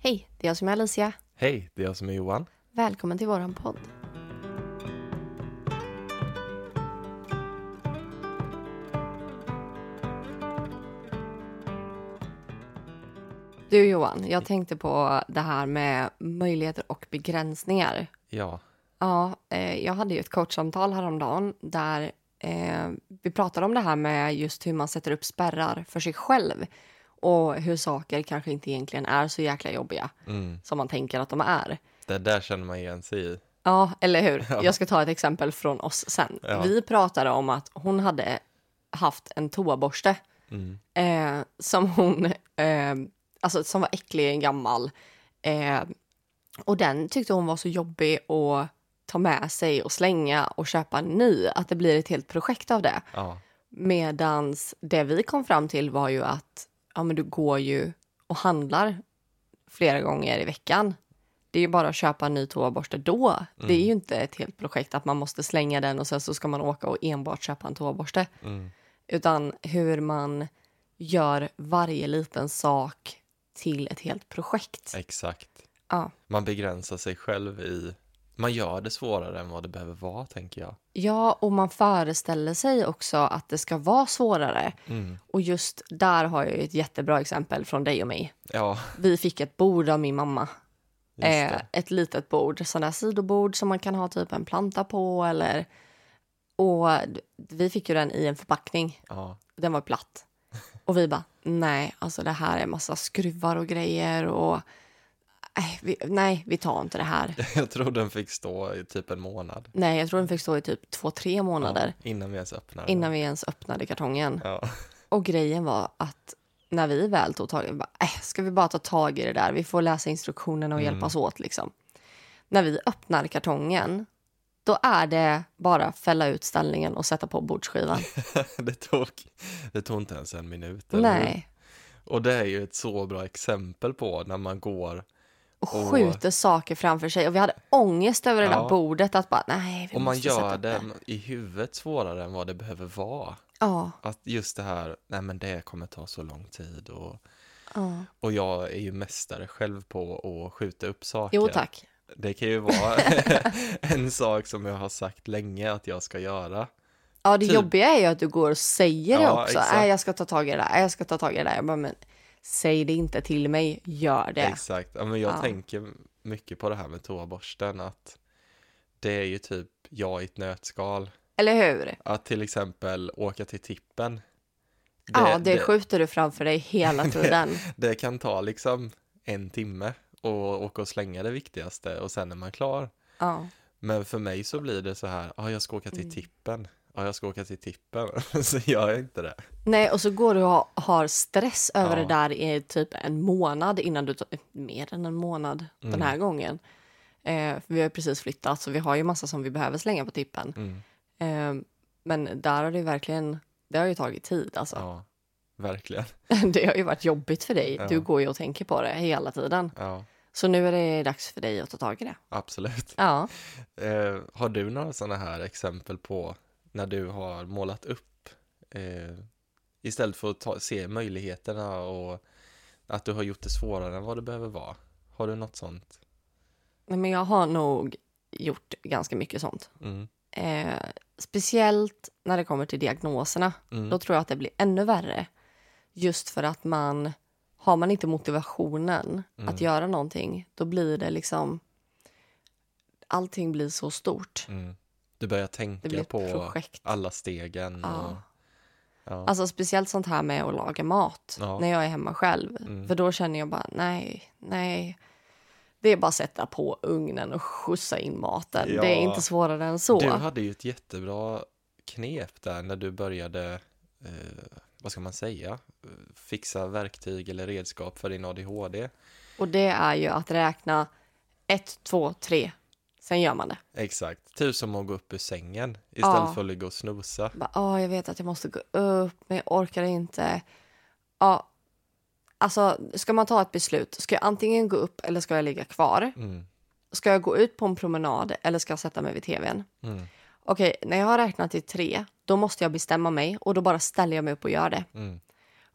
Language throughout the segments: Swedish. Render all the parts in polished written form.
Hej, det är jag som är Alicia. Hej, det är jag som är Johan. Välkommen till våran podd. Du Johan, jag tänkte på det här med möjligheter och begränsningar. Ja, Ja, jag hade ju ett coachsamtal häromdagen där vi pratade om det här med just hur man sätter upp spärrar för sig själv. Och hur saker kanske inte egentligen är så jäkla jobbiga som man tänker att de är. det där känner man igen sig i. Ja, eller hur? Ja. Jag ska ta ett exempel från oss sen. Ja. Vi pratade om att hon hade haft en toaborste som hon, alltså som var äcklig, gammal. Och den tyckte hon var så jobbig att ta med sig och slänga och köpa en ny. Att det blir ett helt projekt av det. Ja, Medans det vi kom fram till var ju att ja, men du går ju och handlar flera gånger i veckan. Det är ju bara att köpa en ny toaborste då. Det är ju inte ett helt projekt att man måste slänga den och sen så ska man åka och enbart köpa en toaborste. Utan hur man gör varje liten sak till ett helt projekt. exakt. Ja. Man begränsar sig själv i... Man gör det svårare än vad det behöver vara, tänker jag. Ja, och man föreställer sig också att det ska vara svårare. Och just där har jag ju ett jättebra exempel från dig och mig. Ja, Vi fick ett bord av min mamma. just det. Ett litet bord, sådana här sidobord som man kan ha typ en planta på eller... Och vi fick ju den i en förpackning. Ja, Den var platt. Och vi bara, nej, alltså det här är massa skruvar och grejer och... Nej, vi tar inte det här. jag tror den fick stå i typ en månad. Nej, jag tror den fick stå i typ 2-3 månader Ja, innan vi ens öppnade. innan vi ens öppnade kartongen. Ja, Och grejen var att när vi väl tog tag i det, ska vi bara ta tag i det där? Vi får läsa instruktionerna och hjälpas åt liksom. När vi öppnar kartongen, då är det bara fälla ut ställningen och sätta på bordsskivan. det tog inte ens en minut. Eller hur? Nej. Och det är ju ett så bra exempel på när man går... Och skjuter saker framför sig. Och vi hade ångest över det där bordet. Att bara, nej, vi Och man måste sätta gör upp det i huvudet svårare än vad det behöver vara. Ja, Att just det här, nej men det kommer ta så lång tid. ja. Och jag är ju mästare själv på att skjuta upp saker. Jo tack. Det kan ju vara en sak som jag har sagt länge att jag ska göra. Ja, det Typ. jobbiga är ju att du går och säger det Ja, också. exakt. Nej, jag ska ta tag i det där. Jag ska ta tag i det där. Jag bara, men säg det inte till mig. Gör det. Exakt, ja, men jag Ja. tänker mycket på det här med toaborsten. Att det är ju typ jag i ett nötskal. Eller hur? Att till exempel åka till tippen. Det skjuter du framför dig hela tiden. Det kan ta liksom 1 timme och åka och slänga det viktigaste och sen är man klar. Ja. Men för mig så blir det så här, jag ska åka till tippen. Ja, jag ska åka till tippen. Så gör jag inte det. Nej, och så går du och har stress över Ja. det där i typ en månad innan du mer än en månad den här gången. För vi har ju precis flyttat så vi har ju massa som vi behöver slänga på tippen. Men där har det har ju tagit tid alltså. Ja, verkligen. Det har ju varit jobbigt för dig. Ja. Du går ju och tänker på det hela tiden. Ja, Så nu är det dags för dig att ta tag i det. absolut. Ja. Har du några sådana här exempel på när du har målat upp istället för att se möjligheterna och att du har gjort det svårare än vad det behöver vara? Har du något sånt? Nej, men jag har nog gjort ganska mycket sånt. Mm. Speciellt när det kommer till diagnoserna. Då tror jag att det blir ännu värre. Just för att har man inte motivationen att göra någonting, då blir det liksom, allting blir så stort. Du börjar Det blir tänka ett på projekt. alla stegen. Ja. Ja. Alltså speciellt sånt här med att laga mat Ja. när jag är hemma själv. För då känner jag bara, nej. Det är bara att sätta på ugnen och skjutsa in maten. Ja. Det är inte svårare än så. Du hade ju ett jättebra knep där när du började, vad ska man säga, fixa verktyg eller redskap för din ADHD. Och det är ju att räkna 1, 2, 3. Sen gör man det. Exakt, typ som att gå upp ur sängen istället Ja. för att ligga och snosa. Jag vet att jag måste gå upp, men jag orkar inte. Ja, alltså ska man ta ett beslut, ska jag antingen gå upp eller ska jag ligga kvar? Ska jag gå ut på en promenad eller ska jag sätta mig vid tvn? Okej, när jag har räknat till 3, då måste jag bestämma mig och då bara ställer jag mig upp och gör det.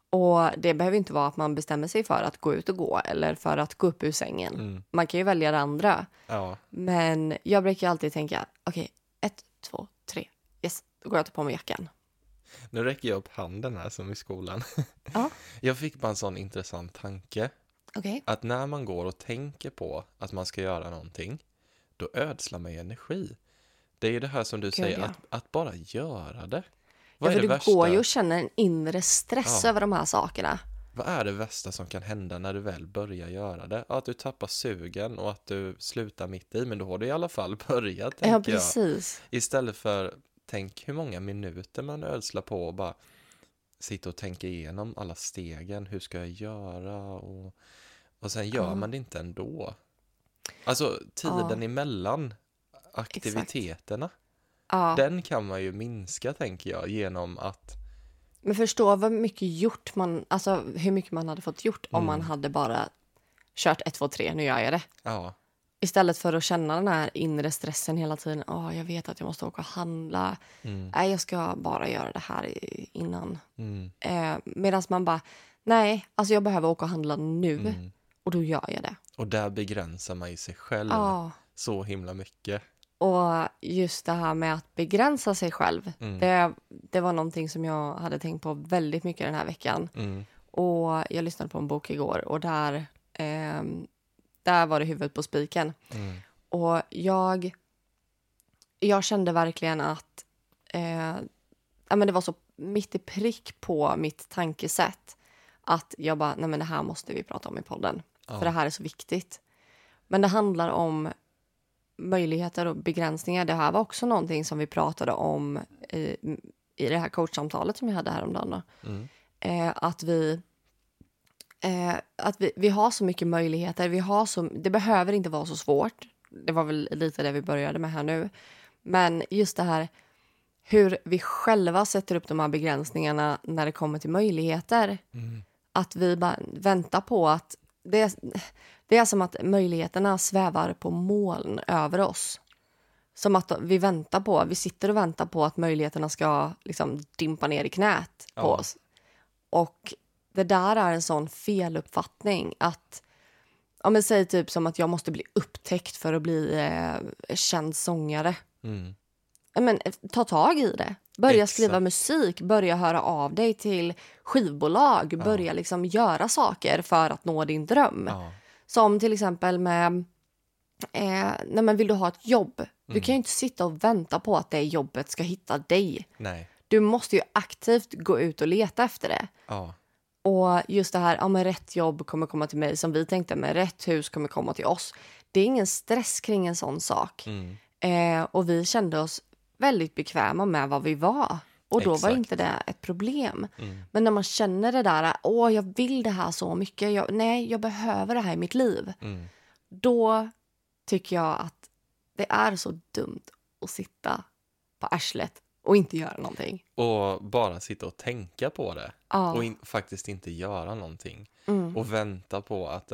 Och det behöver inte vara att man bestämmer sig för att gå ut och gå eller för att gå upp ur sängen. Man kan ju välja det andra. Ja. Men jag brukar alltid tänka, okej, 1, 2, 3, yes, då går jag ta på mig jackan. Nu räcker jag upp handen här som i skolan. Ja. Jag fick bara en sån intressant tanke. Okej. Att när man går och tänker på att man ska göra någonting, då ödslar man ju energi. Det är ju det här som du säger, ja. att bara göra det. Ja, Vad är för det du värsta? går ju och känner en inre stress Ja. över de här sakerna. Vad är det värsta som kan hända när du väl börjar göra det? Att du tappar sugen och att du slutar mitt i, men då har du i alla fall börjat, Ja, tänker jag. precis. Istället för, tänk hur många minuter man ödslar på och bara sitta och tänka igenom alla stegen. Hur ska jag göra? Och sen gör man det inte ändå. Alltså tiden emellan aktiviteterna. Ja. Den kan man ju minska, tänker jag, genom att... Men förstå vad mycket gjort man, alltså hur mycket man hade fått gjort om man hade bara kört 1, 2, 3, nu gör jag det. Ja, Istället för att känna den här inre stressen hela tiden. Jag vet att jag måste åka och handla. Nej, jag ska bara göra det här innan. Medan man bara, nej, alltså jag behöver åka och handla nu. Och då gör jag det. och där begränsar man ju sig själv så himla mycket. Och just det här med att begränsa sig själv. Det var någonting som jag hade tänkt på väldigt mycket den här veckan. Och jag lyssnade på en bok igår. Och där var det huvudet på spiken. Och jag kände verkligen att men det var så mitt i prick på mitt tankesätt. Att jag bara, nej men det här måste vi prata om i podden. För det här är så viktigt. Men det handlar om möjligheter och begränsningar. Det här var också någonting som vi pratade om i det här coachsamtalet som jag hade häromdagen. Att vi har så mycket möjligheter. Det behöver inte vara så svårt. Det var väl lite det vi började med här nu. Men just det här hur vi själva sätter upp de här begränsningarna när det kommer till möjligheter. Att vi bara väntar på att det är som att möjligheterna svävar på moln över oss. Som att vi sitter och väntar på att möjligheterna ska liksom dimpa ner i knät på oss. Och det där är en sån feluppfattning att, ja men säg typ som att jag måste bli upptäckt för att bli känd sångare. Men ta tag i det. Börja skriva musik, börja höra av dig till skivbolag, börja liksom göra saker för att nå din dröm. Som till exempel med, vill du ha ett jobb? Du kan ju inte sitta och vänta på att det jobbet ska hitta dig. Nej. Du måste ju aktivt gå ut och leta efter det. Och just det här, men rätt jobb kommer komma till mig, som vi tänkte med rätt hus kommer komma till oss. Det är ingen stress kring en sån sak. Och vi kände oss väldigt bekväma med vad vi var. Och då var inte det ett problem. Men när man känner det där, jag vill det här så mycket. Jag behöver det här i mitt liv. Då tycker jag att det är så dumt att sitta på arslet och inte göra någonting. Och bara sitta och tänka på det. Och faktiskt inte göra någonting. Och vänta på att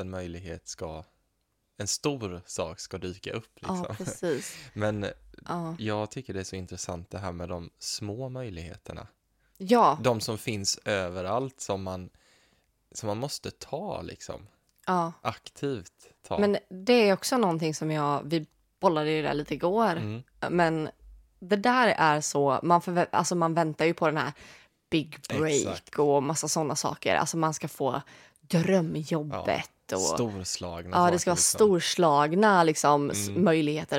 en stor sak ska dyka upp. Liksom. Ja, precis. Men jag tycker det är så intressant det här med de små möjligheterna. Ja. De som finns överallt som man måste ta liksom. Aktivt ta. Men det är också någonting som vi bollade ju där lite igår. Men det där är så, man väntar ju på den här big break och massa sådana saker. Alltså man ska få drömjobbet. Och, storslagna saker. Det ska vara liksom. Storslagna liksom, möjligheter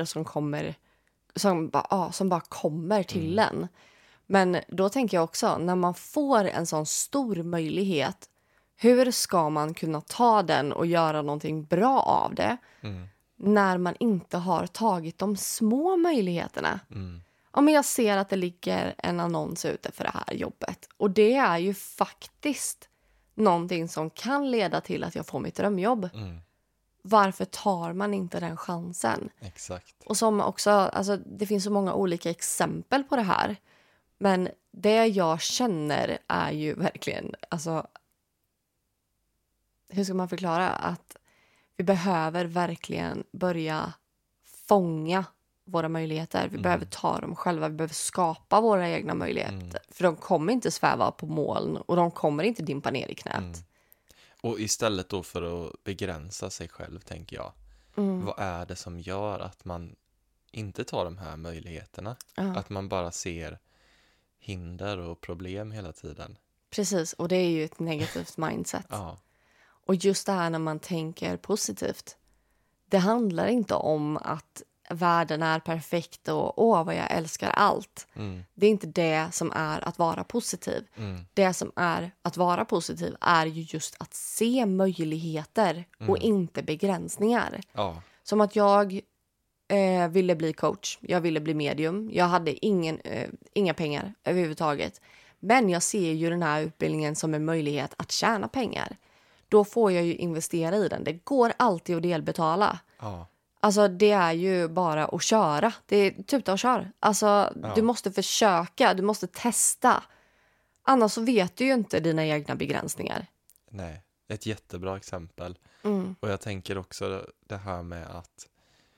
som bara kommer till en. Men då tänker jag också, när man får en sån stor möjlighet, hur ska man kunna ta den och göra någonting bra av det när man inte har tagit de små möjligheterna? Men jag ser att det ligger en annons ute för det här jobbet. Och det är ju faktiskt någonting som kan leda till att jag får mitt drömjobb. Varför tar man inte den chansen? Exakt. Och som också, alltså, det finns så många olika exempel på det här. Men det jag känner är ju verkligen, alltså, hur ska man förklara? Att vi behöver verkligen börja fånga våra möjligheter. Vi behöver ta dem själva. Vi behöver skapa våra egna möjligheter. För de kommer inte sväva på moln och de kommer inte dimpa ner i knät. Och istället då för att begränsa sig själv, tänker jag. Vad är det som gör att man inte tar de här möjligheterna? Att man bara ser hinder och problem hela tiden. Precis, och det är ju ett negativt mindset. Och just det här när man tänker positivt. Det handlar inte om att världen är perfekt och vad jag älskar allt. Det är inte det som är att vara positiv. Det som är att vara positiv är ju just att se möjligheter och inte begränsningar. Som att jag ville bli coach, jag ville bli medium. Jag hade inga pengar överhuvudtaget. Men jag ser ju den här utbildningen som en möjlighet att tjäna pengar. Då får jag ju investera i den. Det går alltid att delbetala. Alltså det är ju bara att köra. Det är typ att köra. Alltså du måste försöka, du måste testa. Annars så vet du ju inte dina egna begränsningar. Nej, ett jättebra exempel. Och jag tänker också det här med att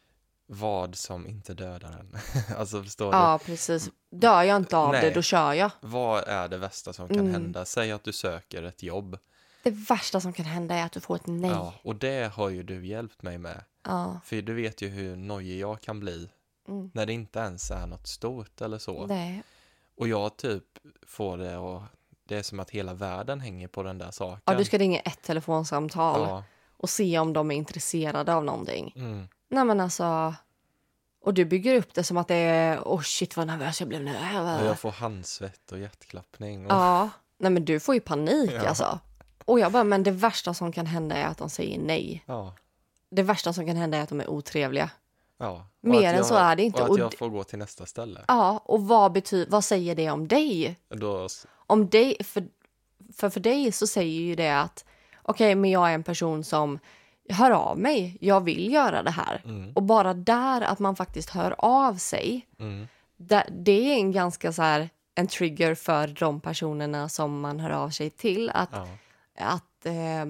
vad som inte dödar en. Alltså förstår du? Ja, precis. Dör jag inte av det, då kör jag. Vad är det värsta som kan hända? Säg att du söker ett jobb. Det värsta som kan hända är att du får ett nej. Ja, och det har ju du hjälpt mig med. För du vet ju hur nojig jag kan bli. När det inte ens är något stort eller så. Nej. Och jag typ får det och det är som att hela världen hänger på den där saken. Ja, du ska ringa ett telefonsamtal och se om de är intresserade av någonting. Nej men alltså, och du bygger upp det som att det är, shit vad nervös jag blev nu. Och jag får handsvett och hjärtklappning. Och... Ja, nej men du får ju panik alltså. Och jag bara, men det värsta som kan hända är att de säger nej. Det värsta som kan hända är att de är otrevliga. Mer än så är det inte. Och att jag får gå till nästa ställe. Ja, och vad säger det om dig? Om dig, för dig så säger ju det att okej, men jag är en person som hör av mig. Jag vill göra det här. Och bara där att man faktiskt hör av sig. Det är en ganska så här en trigger för de personerna som man hör av sig till. Att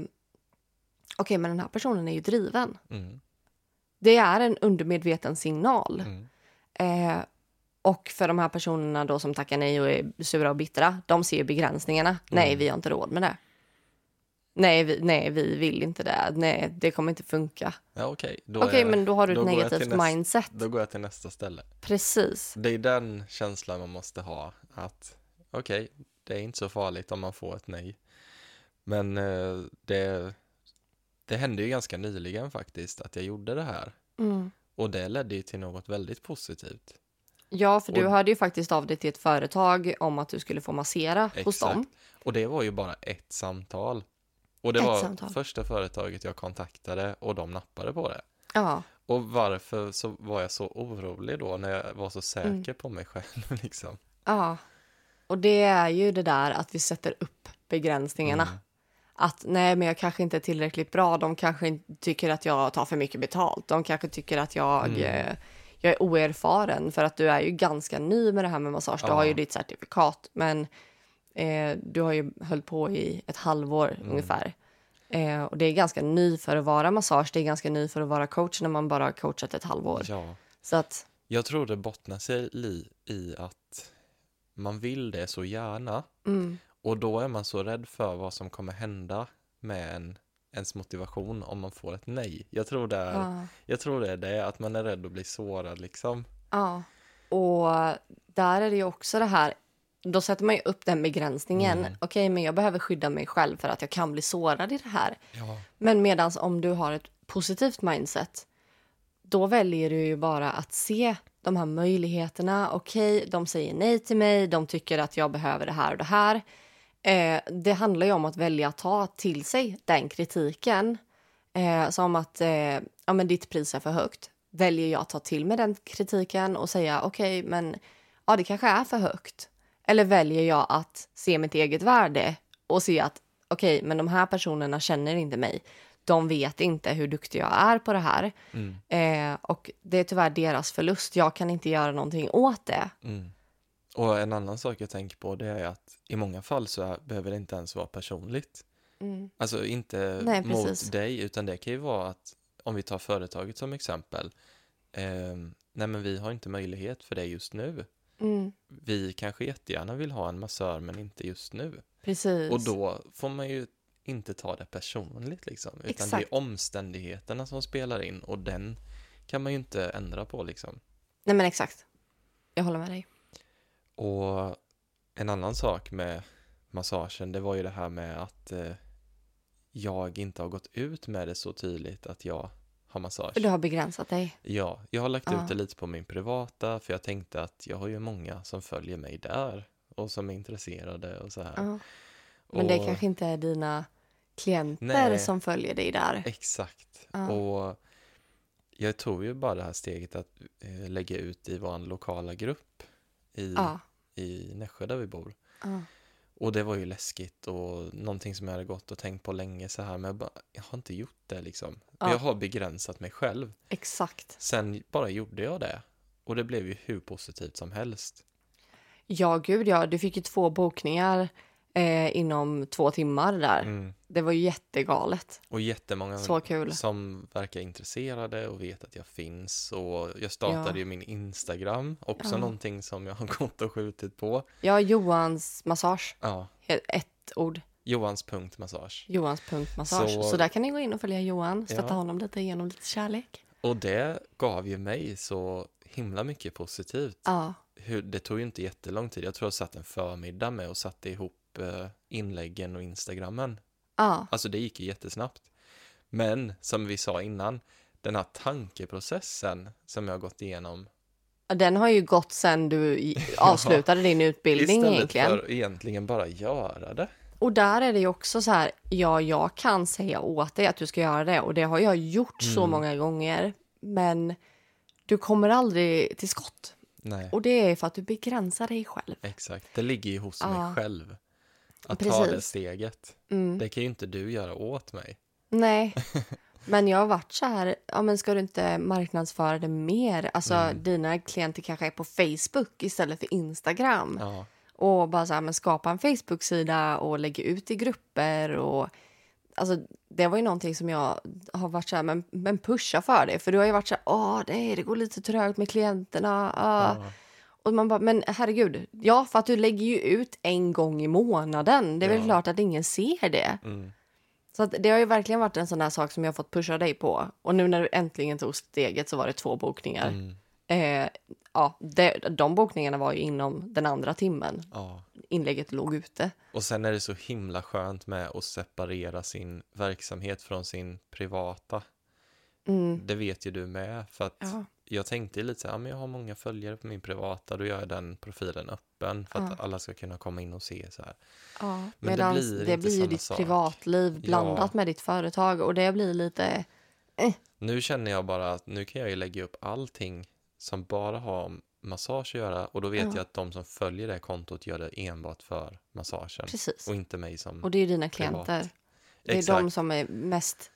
okej, men den här personen är ju driven. Det är en undermedveten signal. Och för de här personerna då som tackar nej och är sura och bittra, de ser ju begränsningarna. Nej, vi har inte råd med det. Nej, vi vill inte det. Nej, det kommer inte funka. Ja, okej. Men då har du ett negativt mindset. Då går jag till nästa ställe. Precis. Det är den känslan man måste ha. Att okej, det är inte så farligt om man får ett nej. Men det hände ju ganska nyligen faktiskt att jag gjorde det här. Och det ledde ju till något väldigt positivt. Ja, för du hörde ju faktiskt av dig till ett företag om att du skulle få massera hos dem. Och det var ju bara ett samtal. Och det var första företaget jag kontaktade och de nappade på det. Och varför så var jag så orolig då när jag var så säker på mig själv liksom. Och det är ju det där att vi sätter upp begränsningarna. Att nej, men jag kanske inte är tillräckligt bra. De kanske inte tycker att jag tar för mycket betalt. De kanske tycker att jag är oerfaren. För att du är ju ganska ny med det här med massage. Du har ju ditt certifikat. Men du har ju hållit på i ett halvår ungefär. Och det är ganska ny för att vara massage. Det är ganska ny för att vara coach när man bara har coachat ett halvår. Så att... Jag tror det bottnar sig i att man vill det så gärna. Och då är man så rädd för vad som kommer hända med ens motivation om man får ett nej. Jag tror det är det, att man är rädd att bli sårad liksom. Ja, och där är det ju också det här, då sätter man ju upp den begränsningen. Okej, men jag behöver skydda mig själv för att jag kan bli sårad i det här. Men medans om du har ett positivt mindset, då väljer du ju bara att se de här möjligheterna. Okej, de säger nej till mig, de tycker att jag behöver det här och det här. Det handlar ju om att välja att ta till sig den kritiken. Som att men ditt pris är för högt. Väljer jag att ta till mig den kritiken och säga okej, men det kanske är för högt. Eller väljer jag att se mitt eget värde och se att okej, men de här personerna känner inte mig. De vet inte hur duktig jag är på det här. Och det är tyvärr deras förlust. Jag kan inte göra någonting åt det. Och en annan sak jag tänker på, det är att i många fall så behöver det inte ens vara personligt. Alltså inte mot dig, utan det kan ju vara att om vi tar företaget som exempel. nej men vi har inte möjlighet för det just nu. Mm. Vi kanske jättegärna vill ha en massör men inte just nu. Precis. Och då får man ju inte ta det personligt liksom. Utan Exakt. det är omständigheterna som spelar in och den kan man ju inte ändra på liksom. Nej men exakt. Jag håller med dig. Och en annan sak med massagen, det var ju det här med att jag inte har gått ut med det så tydligt att jag har massage. För du har begränsat dig. Ja, jag har lagt ut det lite på min privata för jag tänkte att jag har ju många som följer mig där och som är intresserade och så här. Ja. Men det kanske inte är dina klienter Nej. som följer dig där. Exakt. Ja. Och jag tog ju bara det här steget att lägga ut i vår lokala grupp i Nässjö där vi bor. Ja. Och det var ju läskigt och någonting som jag hade gått och tänkt på länge så här, men jag har inte gjort det liksom. Ja. Jag har begränsat mig själv. Exakt. Sen bara gjorde jag det. Och det blev ju hur positivt som helst. Ja, gud ja. Du fick ju 2 bokningar inom 2 timmar där. Mm. Det var ju jättegalet. Och jättemånga Så kul. som verkar intresserade och vet att jag finns. Och jag startade ju min Instagram. Också någonting som jag har gått och skjutit på. Ja, Johans massage. Ja, Ett ord. Johans.massage. Johans.massage. Så där kan ni gå in och följa Johan. Stötta Ja. honom lite genom lite kärlek. Och det gav ju mig så himla mycket positivt. Ja. Det tog ju inte jättelång tid. Jag tror jag satt en förmiddag med och satte ihop inläggen och Instagrammen. Ja. Alltså det gick ju jättesnabbt. Men som vi sa innan, den här tankeprocessen som jag har gått igenom. Den har ju gått sen du avslutade din utbildning egentligen. Istället för egentligen bara göra det. Och där är det ju också så här, ja, jag kan säga åt dig att du ska göra det. Och det har jag gjort så många gånger. Men du kommer aldrig till skott. Nej, Och det är för att du begränsar dig själv. exakt. Det ligger ju hos mig själv. Att ta Precis. det steget. Det kan ju inte du göra åt mig. Nej, men jag har varit så här, ja men ska du inte marknadsföra det mer? Alltså dina klienter kanske är på Facebook istället för Instagram. Ja, Och bara så här, men skapa en Facebook-sida och lägga ut i grupper. Och, alltså, det var ju någonting som jag har varit så här, men pusha för det. För du har ju varit så här, det går lite trögt med klienterna. ja. Och man bara, men herregud. Ja, för att du lägger ju ut en gång i månaden. Det är väl klart att ingen ser det. Så att det har ju verkligen varit en sån här sak som jag har fått pusha dig på. Och nu när du äntligen tog steget så var det 2 bokningar. De bokningarna var ju inom den andra timmen. Ja. Inlägget låg ute. Och sen är det så himla skönt med att separera sin verksamhet från sin privata. Det vet ju du med. För att jag tänkte lite så här, men jag har många följare på min privata. Då gör jag den profilen öppen för att alla ska kunna komma in och se så här. Ja, Men medan det blir ju samma ditt sak. privatliv blandat med ditt företag. Och det blir lite... Nu känner jag bara att nu kan jag ju lägga upp allting som bara har massage att göra. Och då vet jag att de som följer det kontot gör det enbart för massagen. Precis. Och inte mig som Och det är ju dina privat. klienter. Det är Exakt. de som är mest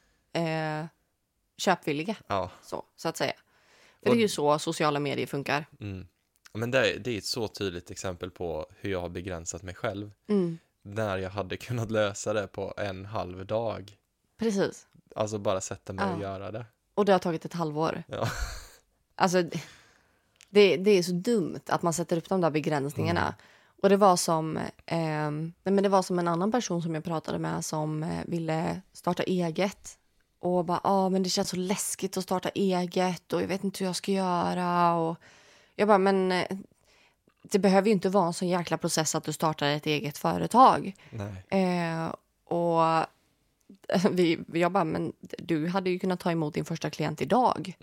köpvilliga, Ja. så att säga. För det är ju så sociala medier funkar. Men det är ett så tydligt exempel på hur jag har begränsat mig själv. När jag hade kunnat lösa det på en halv dag. Precis. Alltså bara sätta mig och göra det. Och det har tagit ett halvår. Ja. Alltså, det är så dumt att man sätter upp de där begränsningarna. Och det var som det var som en annan person som jag pratade med som ville starta eget. Och bara, men det känns så läskigt att starta eget och jag vet inte hur jag ska göra. Och jag bara, men det behöver ju inte vara en sån jäkla process att du startar ett eget företag. Nej. Och jag bara, men du hade ju kunnat ta emot din första klient idag.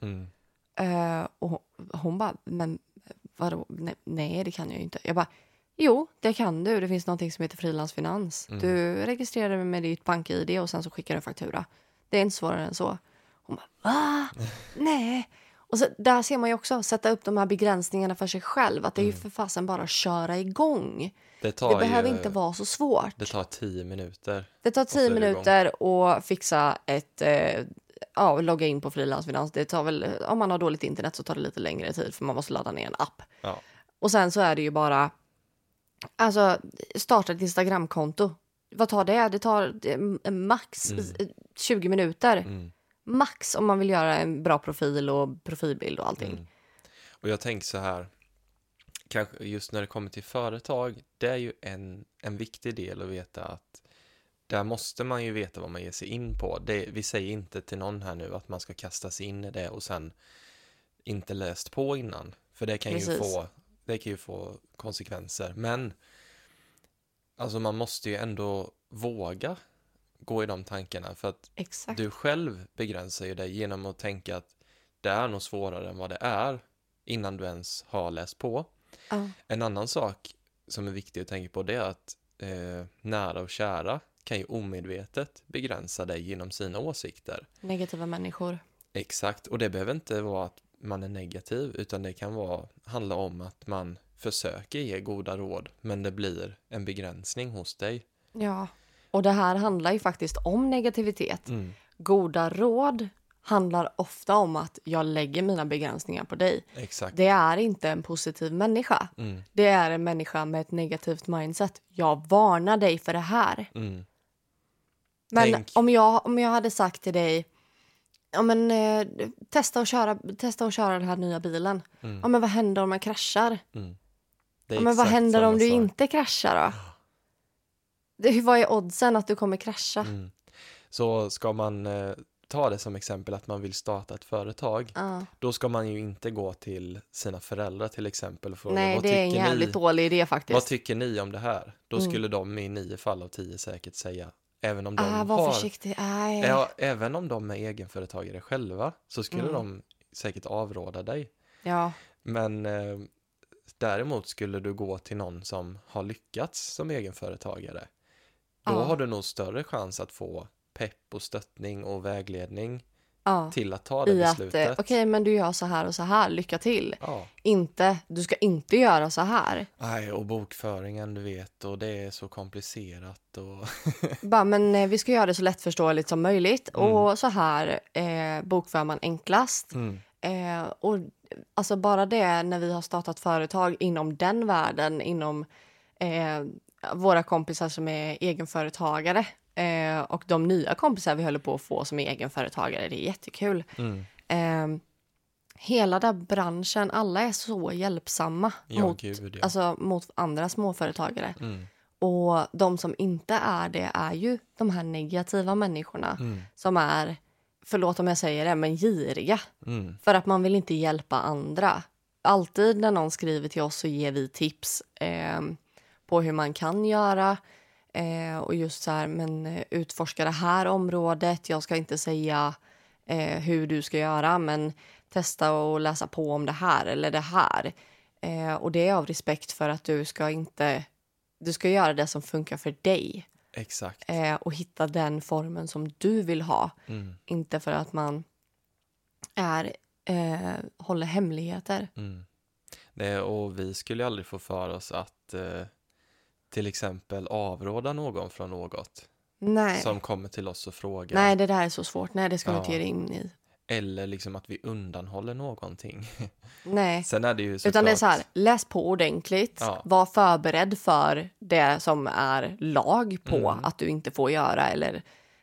Och hon bara, men vadå? Nej, det kan jag ju inte. Jag bara, jo, det kan du. Det finns någonting som heter frilansfinans. Du registrerar dig med ditt bank-ID och sen så skickar du en faktura. Det är inte svårare än så. Hon bara, va? Nej. Och så, där ser man ju också sätta upp de här begränsningarna för sig själv. Att det är ju för fasen bara att köra igång. Det behöver inte vara så svårt. Det tar 10 minuter. Det tar 10 minuter att fixa ett... logga in på frilansfinans. Det tar väl, om man har dåligt internet så tar det lite längre tid för man måste ladda ner en app. Ja. Och sen så är det ju bara, alltså starta ett Instagramkonto. Vad tar det? Det tar max 20 minuter. Max om man vill göra en bra profil och profilbild och allting. Och jag tänker så här, kanske just när det kommer till företag, det är ju en viktig del att veta att där måste man ju veta vad man ger sig in på. Vi säger inte till någon här nu att man ska kasta sig in i det och sen inte läst på innan. För det kan ju få konsekvenser. Men alltså man måste ju ändå våga gå i de tankarna. För att Exakt. du själv begränsar ju dig genom att tänka att det är nog svårare än vad det är innan du ens har läst på. En annan sak som är viktig att tänka på, det är att nära och kära kan ju omedvetet begränsa dig genom sina åsikter. Negativa människor. Exakt, och det behöver inte vara att man är negativ, utan det kan handla om att man försöker ge goda råd, men det blir en begränsning hos dig. Ja, och det här handlar ju faktiskt om negativitet. Goda råd handlar ofta om att jag lägger mina begränsningar på dig. Exakt. Det är inte en positiv människa. Det är en människa med ett negativt mindset. Jag varnar dig för det här. Men om jag hade sagt till dig, ja men testa att köra den här nya bilen. Ja men vad händer om jag kraschar? Ja, men vad händer om du inte kraschar då? Vad är oddsen att du kommer krascha? Så ska man ta det som exempel att man vill starta ett företag, då ska man ju inte gå till sina föräldrar till exempel och fråga, nej, det är en jävligt dålig idé faktiskt. Vad tycker ni om det här? Då skulle de i 9 fall av 10 säkert säga, även om de var försiktig. Ja, även om de är egenföretagare själva, så skulle de säkert avråda dig. Ja. Men däremot skulle du gå till någon som har lyckats som egenföretagare, då har du nog större chans att få pepp och stöttning och vägledning till att ta det beslutet. Okej, men du gör så här och så här, lycka till. Inte, du ska inte göra så här. Nej, och bokföringen, du vet, och det är så komplicerat. Och men vi ska göra det så lättförståeligt som möjligt. Och så här bokför man enklast. Och alltså bara det, när vi har startat företag inom den världen, inom våra kompisar som är egenföretagare, och de nya kompisar vi håller på att få som är egenföretagare, det är jättekul. Hela den branschen, alla är så hjälpsamma mot andra småföretagare. Och de som inte är det är ju de här negativa människorna som är, förlåt om jag säger det, men giriga. För att man vill inte hjälpa andra. Alltid när någon skriver till oss så ger vi tips på hur man kan göra. Och just så här, men utforska det här området. Jag ska inte säga hur du ska göra, men testa och läsa på om det här eller det här. Och det är av respekt för att du ska göra det som funkar för dig. Exakt. Och hitta den formen som du vill ha. Inte för att man håller hemligheter. Och vi skulle aldrig få för oss att till exempel avråda någon från något. Nej. Som kommer till oss och frågar. Nej, det där är så svårt. Nej, det ska vi inte ge dig in i. Eller liksom att vi undanhåller någonting. Nej. Sen är det ju såklart... Utan det är så här, läs på ordentligt. Var förberedd för det som är lag på att du inte får göra. Eller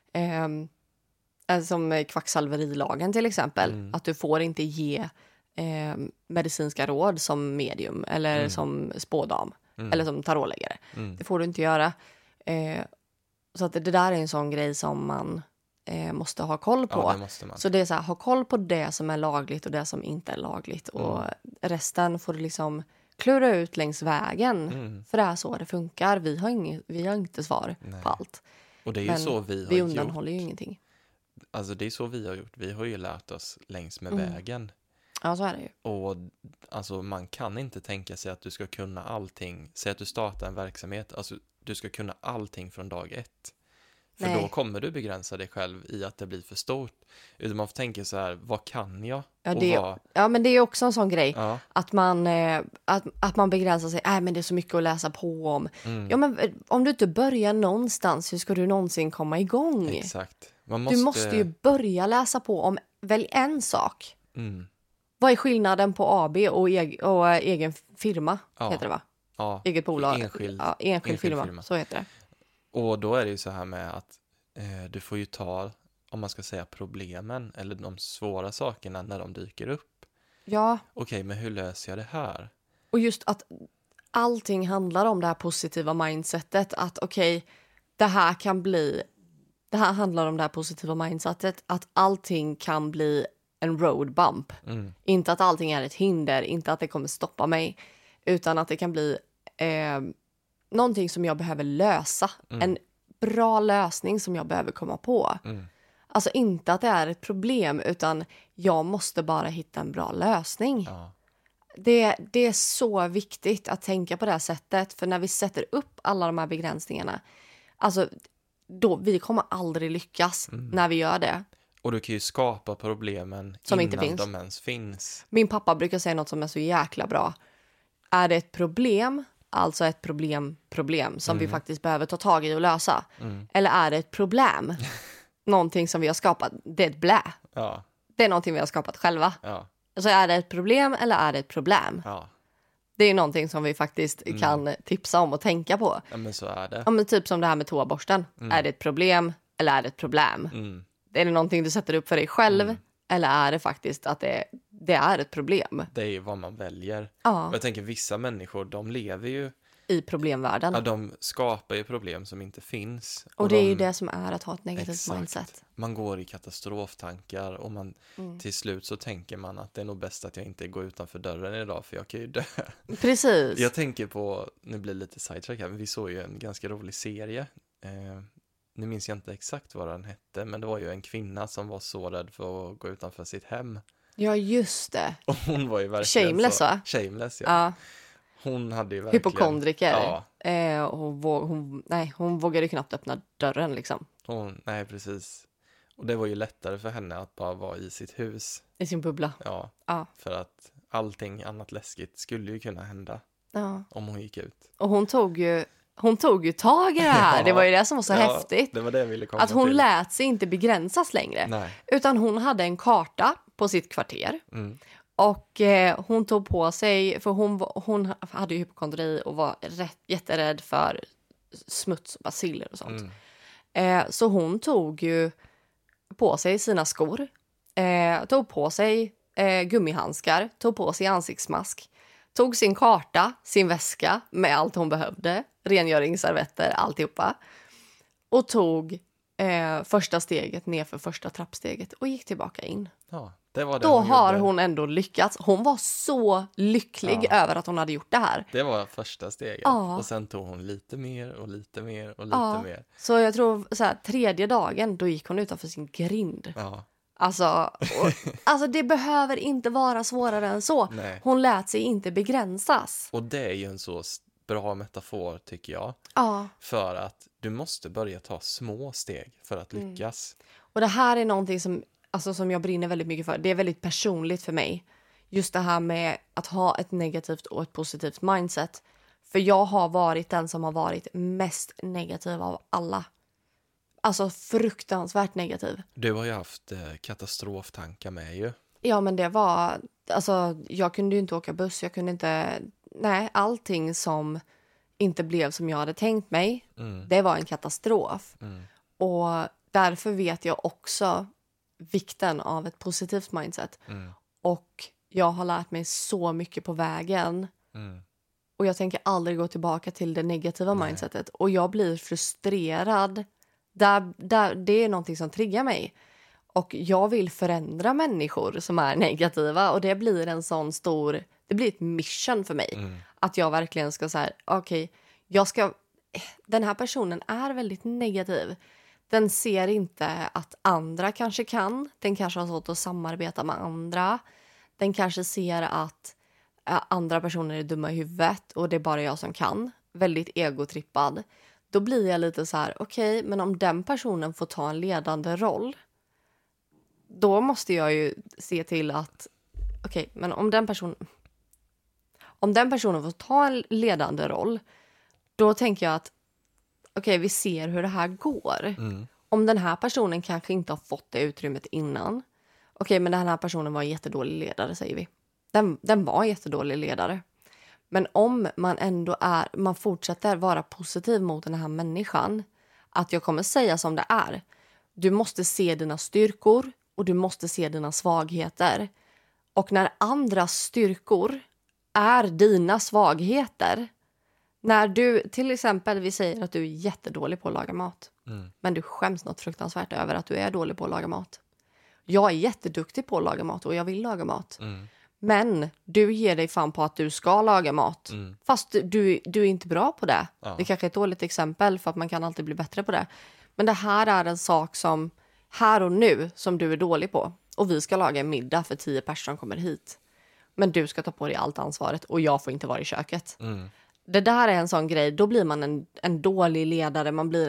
som kvacksalverilagen till exempel. Att du får inte ge medicinska råd som medium eller som spådam. Eller som tarotläggare. Det får du inte göra. Så att det där är en sån grej som man måste ha koll på. Ja, det måste man. Så det är så här, ha koll på det som är lagligt och det som inte är lagligt. Och resten får du liksom klura ut längs vägen. För det är så det funkar. Vi har inte svar på allt. Och det är ju men så vi har vi undanhåller ju ingenting. Alltså det är så vi har gjort. Vi har ju lärt oss längs med vägen. Ja, så är det ju. Och alltså man kan inte tänka sig att du ska kunna allting. Säg att du startar en verksamhet. Alltså du ska kunna allting från dag 1. För då kommer du begränsa dig själv i att det blir för stort. Utan man får tänka så här, vad kan jag? Ja, men det är också en sån grej. Ja. Att man begränsar sig. Men det är så mycket att läsa på om. Ja, men om du inte börjar någonstans, hur ska du någonsin komma igång? Exakt. Du måste ju börja läsa på om väl en sak. Vad är skillnaden på AB och egen firma, heter det va? Ja. Eget bolag. Enskild firma, så heter det. Och då är det ju så här med att du får ju ta, om man ska säga problemen eller de svåra sakerna när de dyker upp. Ja, Okej, men hur löser jag det här? och just att allting handlar om det här positiva mindsetet. Att det här handlar om det här positiva mindsetet. Att allting kan bli en road bump. Inte att allting är ett hinder, inte att det kommer stoppa mig. Utan att det kan bli någonting som jag behöver lösa. En bra lösning som jag behöver komma på. Alltså inte att det är ett problem, utan jag måste bara hitta en bra lösning. Ja. Det är så viktigt att tänka på det här sättet. För när vi sätter upp alla de här begränsningarna, alltså vi kommer aldrig lyckas när vi gör det. Och du kan ju skapa problemen Som innan inte finns. de ens finns. Min pappa brukar säga något som är så jäkla bra. Är det ett problem, alltså ett problem som vi faktiskt behöver ta tag i och lösa? Eller är det ett problem? Någonting som vi har skapat, det är ett blä. Ja, Det är någonting vi har skapat själva. ja, Så är det ett problem eller är det ett problem? ja. Det är någonting som vi faktiskt kan tipsa om och tänka på. Ja, men så är det. Ja, men typ som det här med toaborsten. Är det ett problem eller är det ett problem? Är det någonting du sätter upp för dig själv? Eller är det faktiskt att det är ett problem? Det är ju vad man väljer. Ja. Och jag tänker vissa människor, de lever ju, I problemvärlden. ja, de skapar ju problem som inte finns. Och det är ju det som är att ha ett negativt Exakt. mindset. Man går i katastroftankar och till slut så tänker man att det är nog bäst att jag inte går utanför dörren idag för jag kan ju dö. Precis. Jag tänker på, nu blir det lite sidetrack här, men vi såg ju en ganska rolig serie. Nu minns jag inte exakt vad den hette, men det var ju en kvinna som var så rädd för att gå utanför sitt hem. Ja, just det. Och hon var ju verkligen Shameless, så... va? Shameless, ja. Ja. Hon hade ju verkligen... Hypokondriker. Ja. Hon vågade knappt öppna dörren liksom. Nej, precis. Och det var ju lättare för henne att bara vara i sitt hus. I sin bubbla. Ja, Ja. för att allting annat läskigt skulle ju kunna hända Ja. om hon gick ut. Och hon tog ju tag i det här. Ja. Det var ju det som var så häftigt. Det var det jag ville komma Att hon till. lät sig inte begränsas längre. Nej. Utan hon hade en karta på sitt kvarter. Och hon tog på sig, för hon hade ju hypokondri och var jätterädd för smuts och baciller och sånt. Så hon tog ju på sig sina skor, tog på sig gummihandskar, tog på sig ansiktsmask, tog sin karta, sin väska med allt hon behövde, rengöringsservetter, alltihopa. Och tog första steget ner för första trappsteget och gick tillbaka in. Ja, det var det Då hon har gjorde. hon ändå lyckats. Hon var så lycklig över att hon hade gjort det här. Det var första steget. Ja. Och sen tog hon lite mer och lite mer och lite mer. Så jag tror så här, tredje dagen, då gick hon utanför sin grind. Ja, Alltså det behöver inte vara svårare än så. Nej. Hon lät sig inte begränsas. och det är ju en så bra metafor tycker jag. Ja, För att du måste börja ta små steg för att lyckas. och det här är någonting som jag brinner väldigt mycket för. Det är väldigt personligt för mig. Just det här med att ha ett negativt och ett positivt mindset. För jag har varit den som har varit mest negativ av alla. Alltså fruktansvärt negativ. Du har ju haft katastroftankar med ju. Ja, men det var... Alltså, jag kunde ju inte åka buss. Jag kunde inte... Nej, allting som inte blev som jag hade tänkt mig, det var en katastrof. Och därför vet jag också vikten av ett positivt mindset. Och jag har lärt mig så mycket på vägen. Och jag tänker aldrig gå tillbaka till det negativa mindsetet. Och jag blir frustrerad. Det är någonting som triggar mig. Och jag vill förändra människor som är negativa. Och det blir en sån stor... Det blir ett mission för mig. Att jag verkligen ska säga, okej, den här personen är väldigt negativ. Den ser inte att andra kanske kan. Den kanske har svårt att samarbeta med andra. Den kanske ser att andra personer är dumma i huvudet och det är bara jag som kan. Väldigt egotrippad. Då blir jag lite så här, okej, men om den personen får ta en ledande roll, då måste jag ju se till att, okej, men om den personen får ta en ledande roll, då tänker jag att okej, vi ser hur det här går. Om den här personen kanske inte har fått det utrymmet innan. Okej, men den här personen var en jättedålig ledare, säger vi. Den var en jättedålig ledare. Men om man ändå man fortsätter vara positiv mot den här människan, att jag kommer säga som det är. Du måste se dina styrkor och du måste se dina svagheter. Och när andras styrkor är dina svagheter. När du, till exempel, vi säger att du är jättedålig på att laga mat. Men du skäms något fruktansvärt över att du är dålig på att laga mat. Jag är jätteduktig på att laga mat och jag vill laga mat. Men du ger dig fan på att du ska laga mat. Fast du är inte bra på det. Ja. Det kanske är ett dåligt exempel för att man kan alltid bli bättre på det. Men det här är en sak som här och nu som du är dålig på. Och vi ska laga en middag för 10 personer som kommer hit. Men du ska ta på dig allt ansvaret och jag får inte vara i köket. Det där är en sån grej. Då blir man en dålig ledare. Man blir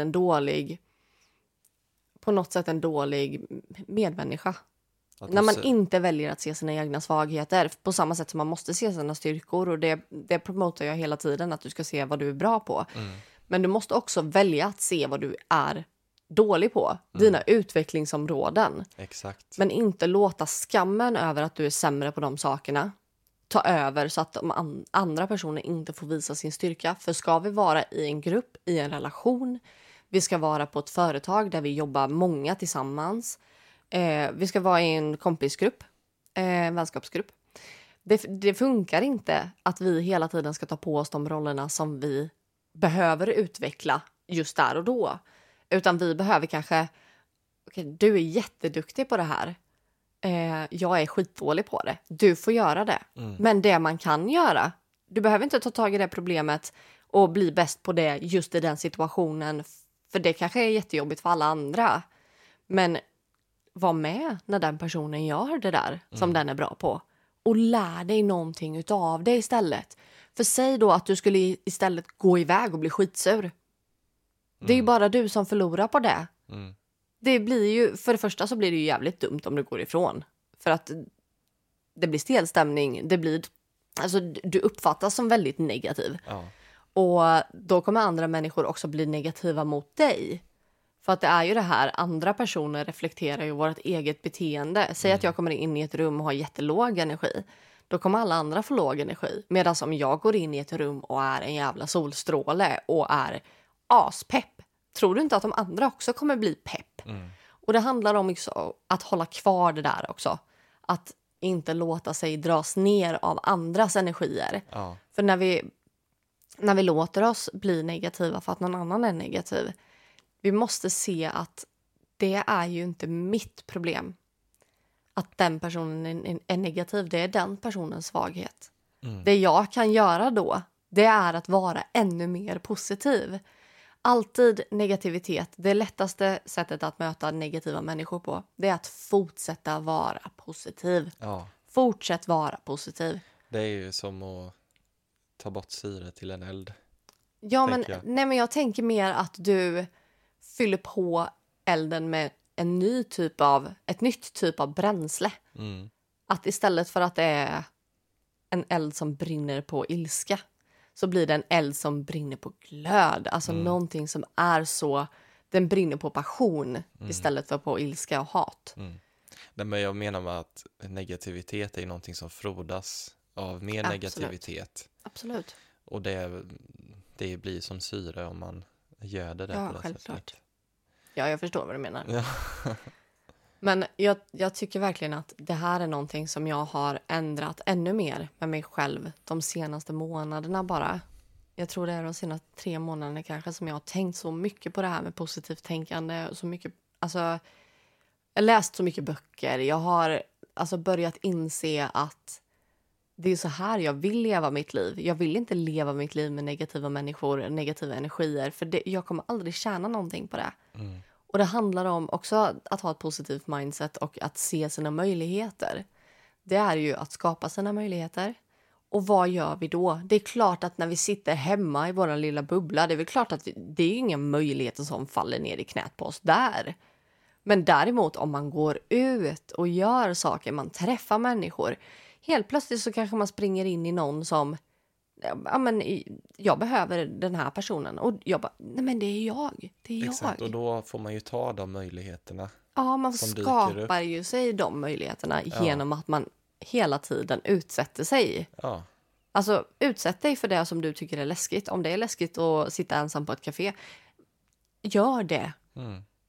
på något sätt en dålig medmänniska. När man inte väljer att se sina egna svagheter. På samma sätt som man måste se sina styrkor. Och det promotar jag hela tiden. Att du ska se vad du är bra på. Men du måste också välja att se vad du är dålig på. Dina utvecklingsområden. Exakt. Men inte låta skammen över att du är sämre på de sakerna ta över så att de andra personer inte får visa sin styrka. För ska vi vara i en grupp, i en relation, vi ska vara på ett företag där vi jobbar många tillsammans, vi ska vara i en kompisgrupp, vänskapsgrupp. Det funkar inte att vi hela tiden ska ta på oss de rollerna som vi behöver utveckla just där och då. Utan vi behöver kanske, okej, du är jätteduktig på det här. Jag är skitdålig på det. Du får göra det. Men det man kan göra, du behöver inte ta tag i det problemet och bli bäst på det just i den situationen. För det kanske är jättejobbigt för alla andra. Men var med när den personen gör det där som den är bra på. Och lär dig någonting utav det istället. För säg då att du skulle istället gå iväg och bli skitsur. Det är ju bara du som förlorar på det. Det blir ju, för det första så blir det ju jävligt dumt om du går ifrån. För att det blir stelstämning. Alltså du uppfattas som väldigt negativ. Ja. Och då kommer andra människor också bli negativa mot dig. För att det är ju det här, andra personer reflekterar ju vårt eget beteende. Säg att jag kommer in i ett rum och har jättelåg energi. Då kommer alla andra få låg energi. Medan om jag går in i ett rum och är en jävla solstråle och är aspepp. Tror du inte att de andra också kommer bli pepp? Och det handlar om att hålla kvar det där också. Att inte låta sig dras ner av andras energier. Ja. För när vi låter oss bli negativa för att någon annan är negativ. Vi måste se att det är ju inte mitt problem. Att den personen är negativ, det är den personens svaghet. Det jag kan göra då, det är att vara ännu mer positiv. Alltid negativitet. Det lättaste sättet att möta negativa människor på, det är att fortsätta vara positiv. Ja. Fortsätt vara positiv. Det är ju som att ta bort syre till en eld. Ja, men jag tänker mer att du fyller på elden med ett nytt typ av bränsle. Att istället för att det är en eld som brinner på ilska, så blir det en eld som brinner på glöd. Alltså någonting som är så, den brinner på passion istället för på ilska och hat. Nej, men jag menar med att negativitet är någonting som frodas av mer negativitet. Absolut. Och det blir som syre om man gör det där på det självklart. sättet. Ja, jag förstår vad du menar. Ja. Men jag tycker verkligen att det här är någonting som jag har ändrat ännu mer med mig själv de senaste månaderna bara. Jag tror det är de senaste 3 månaderna kanske som jag har tänkt så mycket på det här med positivt tänkande. Så mycket, alltså, jag har läst så mycket böcker. Jag har börjat inse att det är så här jag vill leva mitt liv. Jag vill inte leva mitt liv med negativa människor, negativa energier. För jag kommer aldrig tjäna någonting på det. Och det handlar om också att ha ett positivt mindset och att se sina möjligheter. Det är ju att skapa sina möjligheter. Och vad gör vi då? Det är klart att när vi sitter hemma i vår lilla bubbla, det är väl klart att det är inga möjligheter som faller ner i knät på oss där. Men däremot om man går ut och gör saker, man träffar människor. Helt plötsligt så kanske man springer in i någon som, ja men jag behöver den här personen. Och jag bara, nej men det är jag. Exakt, och då får man ju ta de möjligheterna. Ja, man skapar ju sig de möjligheterna genom att man hela tiden utsätter sig. Ja. Alltså utsätt dig för det som du tycker är läskigt. Om det är läskigt att sitta ensam på ett café, gör det.